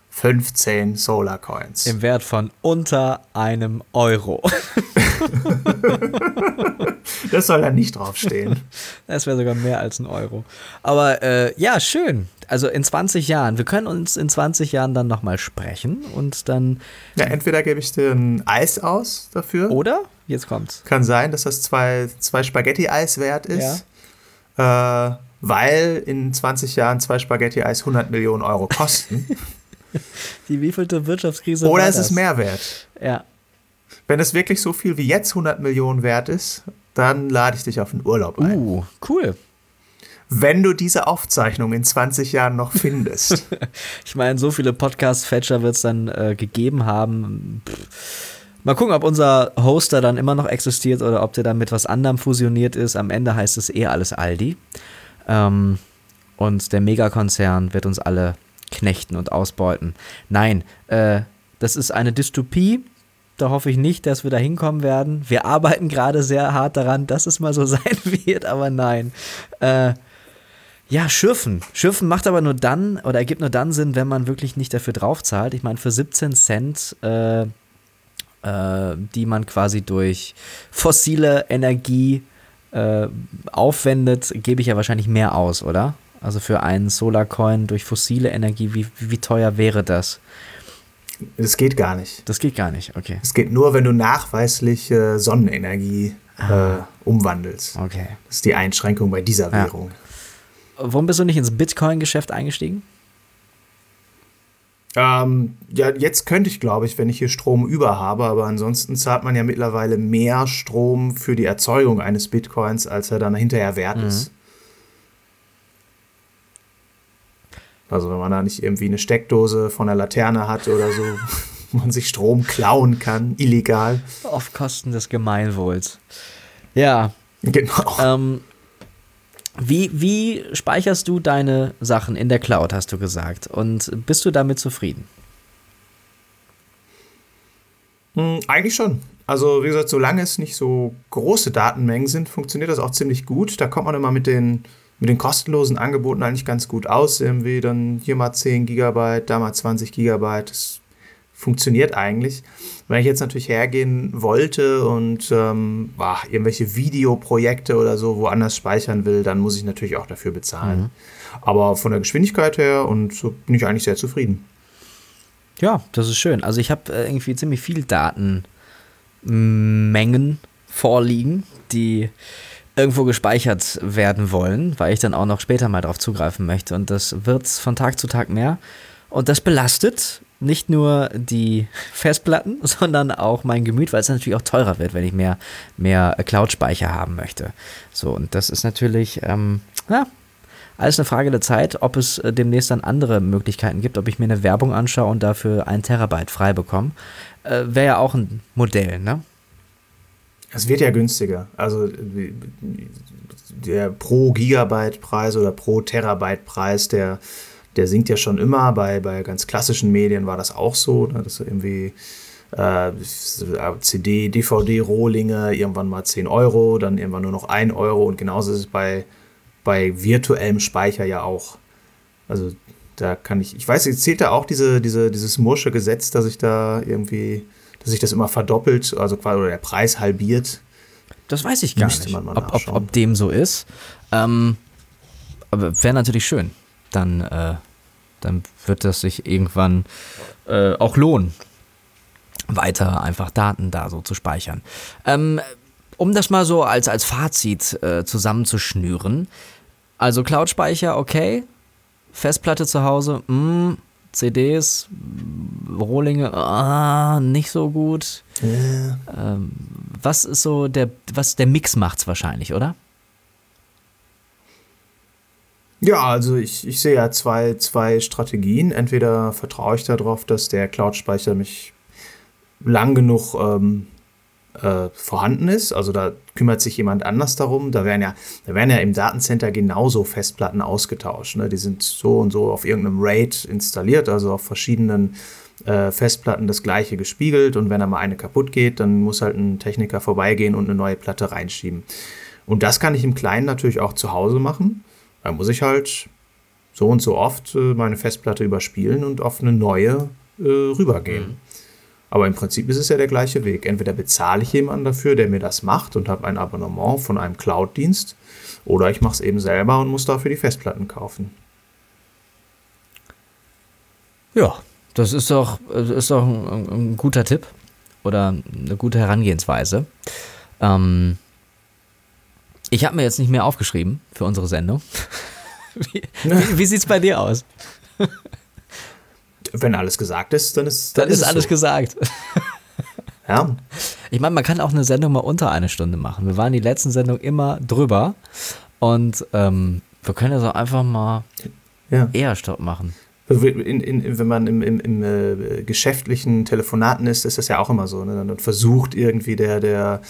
15 Solar Coins. Im Wert von unter einem Euro. Das soll da nicht draufstehen. Das wäre sogar mehr als ein Euro. Aber ja, schön. Also in 20 Jahren. Wir können uns in 20 Jahren dann nochmal sprechen und dann. Ja, entweder gebe ich dir ein Eis aus dafür. Oder? Jetzt kommt's. Kann sein, dass das zwei Spaghetti-Eis wert ist. Ja. Weil in 20 Jahren 2 Spaghetti-Eis 100 Millionen Euro kosten. Die wievielte Wirtschaftskrise Oder war ist das? es mehr wert? Ja. Wenn es wirklich so viel wie jetzt 100 Millionen wert ist, dann lade ich dich auf einen Urlaub ein. Cool. Wenn du diese Aufzeichnung in 20 Jahren noch findest. Ich meine, so viele Podcast-Fetcher wird es dann gegeben haben. Mal gucken, ob unser Hoster dann immer noch existiert oder ob der dann mit was anderem fusioniert ist. Am Ende heißt es alles Aldi. Und der Megakonzern wird uns alle knechten und ausbeuten. Nein, das ist eine Dystopie. Da hoffe ich nicht, dass wir da hinkommen werden. Wir arbeiten gerade sehr hart daran, dass es mal so sein wird, aber nein. Ja, Schürfen. Schürfen macht aber nur dann, oder ergibt nur dann Sinn, wenn man wirklich nicht dafür draufzahlt. Ich meine, für 17 Cent, die man quasi durch fossile Energie aufwendet, gebe ich ja wahrscheinlich mehr aus, oder? Also für einen Solarcoin durch fossile Energie, wie teuer wäre das? Das geht gar nicht. Das geht gar nicht, okay. Es geht nur, wenn du nachweislich Sonnenenergie umwandelst. Okay. Das ist die Einschränkung bei dieser Währung. Warum bist du nicht ins Bitcoin-Geschäft eingestiegen? Ja, jetzt könnte ich, glaube ich, wenn ich hier Strom über habe, aber ansonsten zahlt man ja mittlerweile mehr Strom für die Erzeugung eines Bitcoins, als er dann hinterher wert ist. Also wenn man da nicht irgendwie eine Steckdose von der Laterne hat oder so, wo man sich Strom klauen kann, illegal. Auf Kosten des Gemeinwohls. Ja. Genau. Wie speicherst du deine Sachen in der Cloud, hast du gesagt? Und bist du damit zufrieden? Eigentlich schon. Also wie gesagt, solange es nicht so große Datenmengen sind, funktioniert das auch ziemlich gut. Da kommt man immer mit den kostenlosen Angeboten eigentlich ganz gut aus. Irgendwie dann hier mal 10 Gigabyte, da mal 20 Gigabyte. Das funktioniert eigentlich. Wenn ich jetzt natürlich hergehen wollte und irgendwelche Videoprojekte oder so woanders speichern will, dann muss ich natürlich auch dafür bezahlen. Aber von der Geschwindigkeit her und so bin ich eigentlich sehr zufrieden. Ja, das ist schön. Also ich habe irgendwie ziemlich viel Datenmengen vorliegen, die irgendwo gespeichert werden wollen, weil ich dann auch noch später mal drauf zugreifen möchte. Und das wird von Tag zu Tag mehr. Und das belastet nicht nur die Festplatten, sondern auch mein Gemüt, weil es natürlich auch teurer wird, wenn ich mehr Cloud-Speicher haben möchte. So, und das ist natürlich, alles eine Frage der Zeit, ob es demnächst dann andere Möglichkeiten gibt, ob ich mir eine Werbung anschaue und dafür 1 Terabyte frei bekomme. Wäre ja auch ein Modell, ne? Es wird ja günstiger. Also der pro Gigabyte-Preis oder pro Terabyte-Preis, der sinkt ja schon immer. Bei ganz klassischen Medien war das auch so, ne, dass irgendwie CD, DVD-Rohlinge irgendwann mal 10 Euro, dann irgendwann nur noch 1 Euro und genauso ist es bei virtuellem Speicher ja auch. Also da kann ich weiß, jetzt zählt da auch dieses Moore'sche Gesetz, dass sich das immer verdoppelt, also quasi oder der Preis halbiert. Das weiß ich gar nicht, ob dem so ist. Aber wäre natürlich schön. Dann wird das sich irgendwann auch lohnen, weiter einfach Daten da so zu speichern. Um das mal so als Fazit zusammenzuschnüren. Also Cloud-Speicher, okay. Festplatte zu Hause, CDs, Rohlinge, nicht so gut. Was ist so der Mix macht's wahrscheinlich, oder? Ja, also ich sehe ja zwei Strategien. Entweder vertraue ich darauf, dass der Cloud-Speicher mich lang genug vorhanden ist. Also da kümmert sich jemand anders darum. Da werden ja im Datencenter genauso Festplatten ausgetauscht. Ne? Die sind so und so auf irgendeinem RAID installiert, also auf verschiedenen Festplatten das gleiche gespiegelt. Und wenn da mal eine kaputt geht, dann muss halt ein Techniker vorbeigehen und eine neue Platte reinschieben. Und das kann ich im Kleinen natürlich auch zu Hause machen. Da muss ich halt so und so oft meine Festplatte überspielen und auf eine neue rübergehen. Aber im Prinzip ist es ja der gleiche Weg. Entweder bezahle ich jemanden dafür, der mir das macht und habe ein Abonnement von einem Cloud-Dienst, oder ich mache es eben selber und muss dafür die Festplatten kaufen. Ja, das ist doch ein guter Tipp oder eine gute Herangehensweise. Ich habe mir jetzt nicht mehr aufgeschrieben für unsere Sendung. Wie sieht es bei dir aus? Wenn alles gesagt ist, dann ist alles so. gesagt. Ja. Ich meine, man kann auch eine Sendung mal unter eine Stunde machen. Wir waren die letzten Sendung immer drüber und wir können das auch einfach mal eher Stopp machen. Wenn man im geschäftlichen Telefonaten ist das ja auch immer so. Ne? Dann versucht irgendwie der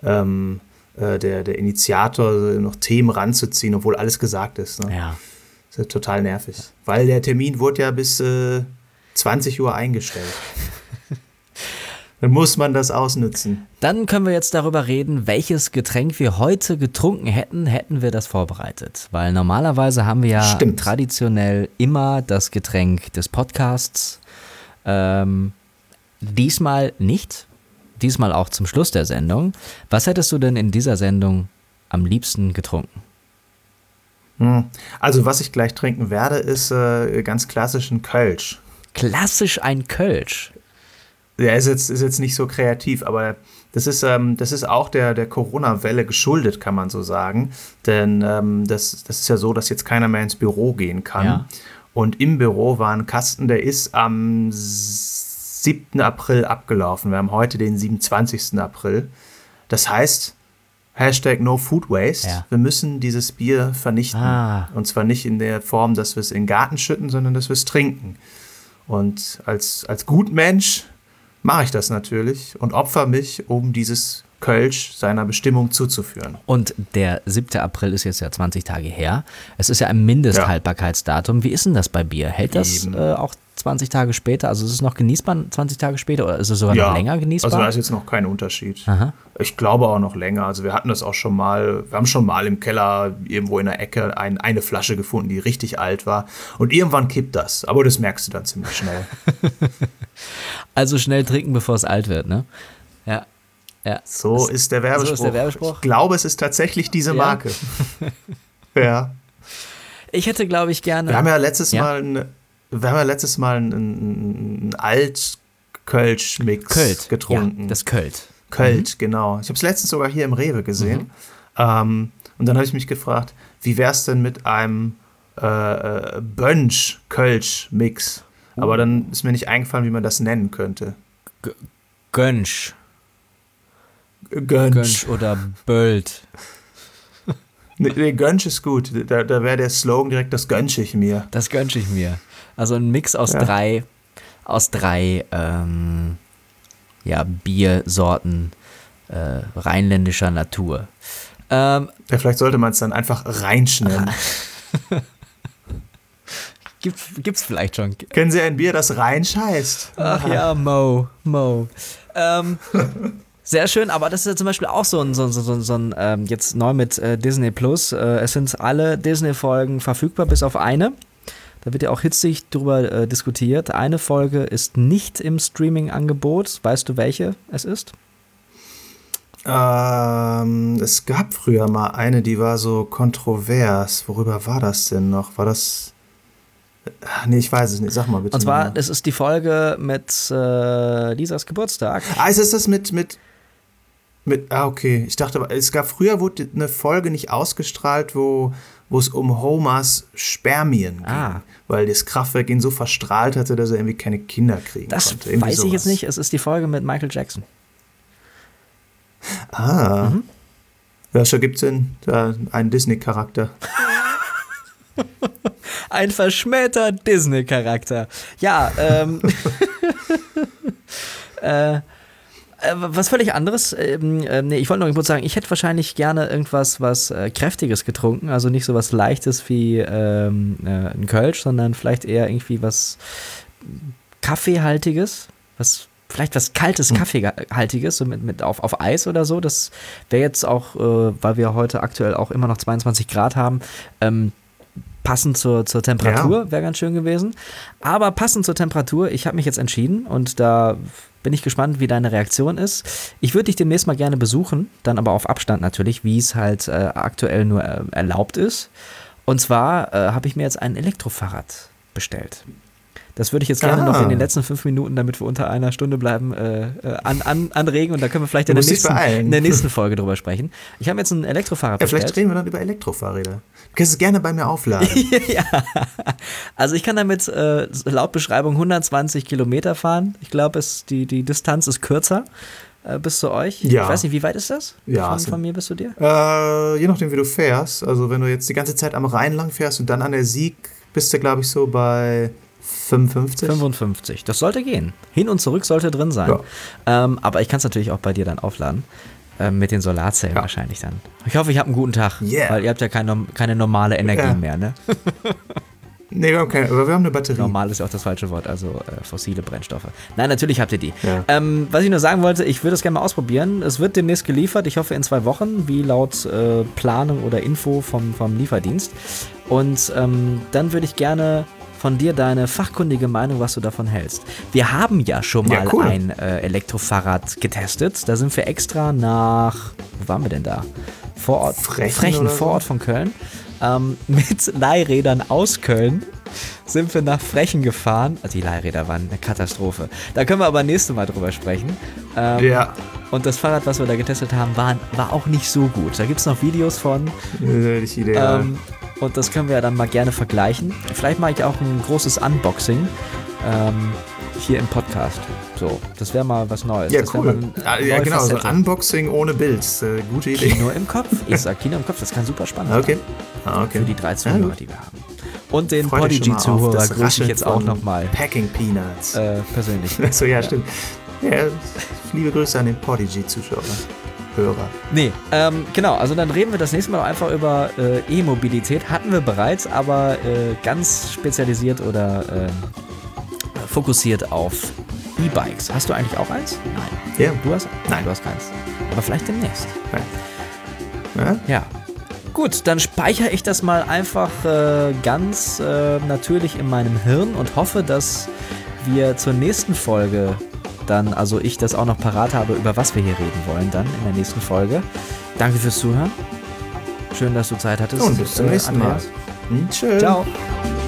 Initiator noch Themen ranzuziehen, obwohl alles gesagt ist. Ne? Ja. Das ist ja total nervig. Weil der Termin wurde ja bis 20 Uhr eingestellt. Dann muss man das ausnutzen. Dann können wir jetzt darüber reden, welches Getränk wir heute getrunken hätten wir das vorbereitet. Weil normalerweise haben wir ja traditionell immer das Getränk des Podcasts. Diesmal nicht. Diesmal auch zum Schluss der Sendung. Was hättest du denn in dieser Sendung am liebsten getrunken? Also was ich gleich trinken werde, ist ganz klassisch ein Kölsch. Klassisch ein Kölsch? Ja, ist jetzt nicht so kreativ, aber das ist auch der Corona-Welle geschuldet, kann man so sagen. Denn das ist ja so, dass jetzt keiner mehr ins Büro gehen kann. Ja. Und im Büro war ein Kasten, der ist am 7. April abgelaufen. Wir haben heute den 27. April. Das heißt, #NoFoodWaste. Ja. Wir müssen dieses Bier vernichten. Und zwar nicht in der Form, dass wir es in den Garten schütten, sondern dass wir es trinken. Und als Gutmensch mache ich das natürlich und opfer mich, um dieses Kölsch seiner Bestimmung zuzuführen. Und der 7. April ist jetzt ja 20 Tage her. Es ist ja ein Mindesthaltbarkeitsdatum. Wie ist denn das bei Bier? Hält das auch 20 Tage später? Also ist es noch genießbar 20 Tage später oder ist es sogar noch länger genießbar? Also da ist jetzt noch kein Unterschied. Aha. Ich glaube auch noch länger. Also wir hatten das auch schon mal, wir haben schon mal im Keller irgendwo in der Ecke eine Flasche gefunden, die richtig alt war. Und irgendwann kippt das. Aber das merkst du dann ziemlich schnell. Also schnell trinken, bevor es alt wird, ne? Ja. Ja. So ist der Werbespruch. Ich glaube, es ist tatsächlich diese Marke. Ja. Ich hätte, glaube ich, gerne... Wir haben ja letztes Mal einen Alt-Kölsch-Mix getrunken. Ja, das Költ. Genau. Ich habe es letztens sogar hier im Rewe gesehen. Und dann habe ich mich gefragt, wie wäre es denn mit einem Bönsch-Kölsch-Mix? Aber dann ist mir nicht eingefallen, wie man das nennen könnte. Gönsch oder Böld. Nee, Gönsch ist gut. Da wäre der Slogan direkt, das gönsch ich mir. Das gönsch ich mir. Also ein Mix aus drei Biersorten rheinländischer Natur. Vielleicht sollte man es dann einfach Rheinsch nennen. Gibt's vielleicht schon. Kennen Sie ein Bier, das Rheinsch heißt? Ach ja, Mo. Sehr schön, aber das ist ja zum Beispiel auch so ein jetzt neu mit Disney Plus. Es sind alle Disney-Folgen verfügbar, bis auf eine. Da wird ja auch hitzig drüber diskutiert. Eine Folge ist nicht im Streaming-Angebot. Weißt du, welche es ist? Es gab früher mal eine, die war so kontrovers. Worüber war das denn noch? War das... Nee, ich weiß es nicht. Sag mal bitte. Und zwar, es ist die Folge mit Lisas Geburtstag. Es ist das mit okay. Ich dachte, es gab früher wurde eine Folge nicht ausgestrahlt, wo es um Homers Spermien ging. Weil das Kraftwerk ihn so verstrahlt hatte, dass er irgendwie keine Kinder kriegen konnte. Das weiß ich jetzt nicht. Es ist die Folge mit Michael Jackson. Ja, schon gibt es denn da einen Disney-Charakter. Ein verschmähter Disney-Charakter. Ja, was völlig anderes. Ich wollte noch kurz sagen, ich hätte wahrscheinlich gerne irgendwas, was Kräftiges getrunken. Also nicht so was Leichtes wie ein Kölsch, sondern vielleicht eher irgendwie was Kaffeehaltiges. Vielleicht was Kaltes, Kaffeehaltiges, so mit auf Eis oder so. Das wäre jetzt auch, weil wir heute aktuell auch immer noch 22 Grad haben, passend zur Temperatur wäre ganz schön gewesen. Aber passend zur Temperatur, ich habe mich jetzt entschieden und da bin ich gespannt, wie deine Reaktion ist. Ich würde dich demnächst mal gerne besuchen, dann aber auf Abstand natürlich, wie es halt aktuell nur erlaubt ist. Und zwar habe ich mir jetzt ein Elektrofahrrad bestellt. Das würde ich jetzt gerne noch in den letzten 5 Minuten, damit wir unter einer Stunde bleiben, anregen. Und da können wir vielleicht in der nächsten Folge drüber sprechen. Ich habe jetzt ein Elektrofahrrad bestellt. Vielleicht reden wir dann über Elektrofahrräder. Du kannst es gerne bei mir aufladen. Ja, also ich kann damit laut Beschreibung 120 Kilometer fahren. Ich glaube, die Distanz ist kürzer bis zu euch. Ja. Ich weiß nicht, wie weit ist das? Ja, von mir bis zu dir? Je nachdem, wie du fährst. Also wenn du jetzt die ganze Zeit am Rhein lang fährst und dann an der Sieg, bist du, glaube ich, so bei 55. Das sollte gehen. Hin und zurück sollte drin sein. Ja. Aber ich kann es natürlich auch bei dir dann aufladen. Mit den Solarzellen wahrscheinlich dann. Ich hoffe, ich habe einen guten Tag. Weil ihr habt ja keine normale Energie mehr, ne? Nee, wir haben keine, aber wir haben eine Batterie. Normal ist ja auch das falsche Wort, also fossile Brennstoffe. Nein, natürlich habt ihr die. Ja. Was ich nur sagen wollte, ich würde es gerne mal ausprobieren. Es wird demnächst geliefert, ich hoffe in 2 Wochen, wie laut Planung oder Info vom Lieferdienst. Und dann würde ich gerne von dir deine fachkundige Meinung, was du davon hältst. Wir haben ja schon mal ein Elektrofahrrad getestet. Da sind wir extra nach, wo waren wir denn da? Frechen, Vorort von Köln. Mit Leihrädern aus Köln sind wir nach Frechen gefahren. Also die Leihräder waren eine Katastrophe. Da können wir aber nächstes Mal drüber sprechen. Und das Fahrrad, was wir da getestet haben, war auch nicht so gut. Da gibt es noch Videos von. Nicht ideal. Und das können wir ja dann mal gerne vergleichen. Vielleicht mache ich auch ein großes Unboxing hier im Podcast. So, das wäre mal was Neues. Ja, das cool. Ja, genau, so ein Unboxing ohne Bild. Gute Idee. Kino im Kopf. Ich sag Kino im Kopf, das kann super spannend sein. Okay. Für die 3 Zuhörer, die wir haben. Und den Podigy-Zuhörer grüße ich jetzt auch nochmal. Packing Peanuts. Persönlich. So, ja, stimmt. Ja, liebe Grüße an den Podigy-Zuschauer. Hörer. Nee, genau, also dann reden wir das nächste Mal einfach über E-Mobilität. Hatten wir bereits, aber ganz spezialisiert oder fokussiert auf E-Bikes. Hast du eigentlich auch eins? Nein. Ja. Nein, du hast keins. Aber vielleicht demnächst. Nein. Ja. Gut, dann speichere ich das mal einfach ganz natürlich in meinem Hirn und hoffe, dass wir zur nächsten Folge dann, also ich das auch noch parat habe, über was wir hier reden wollen dann in der nächsten Folge. Danke fürs Zuhören. Schön, dass du Zeit hattest. Und bis zum nächsten Mal. Tschüss. Ciao.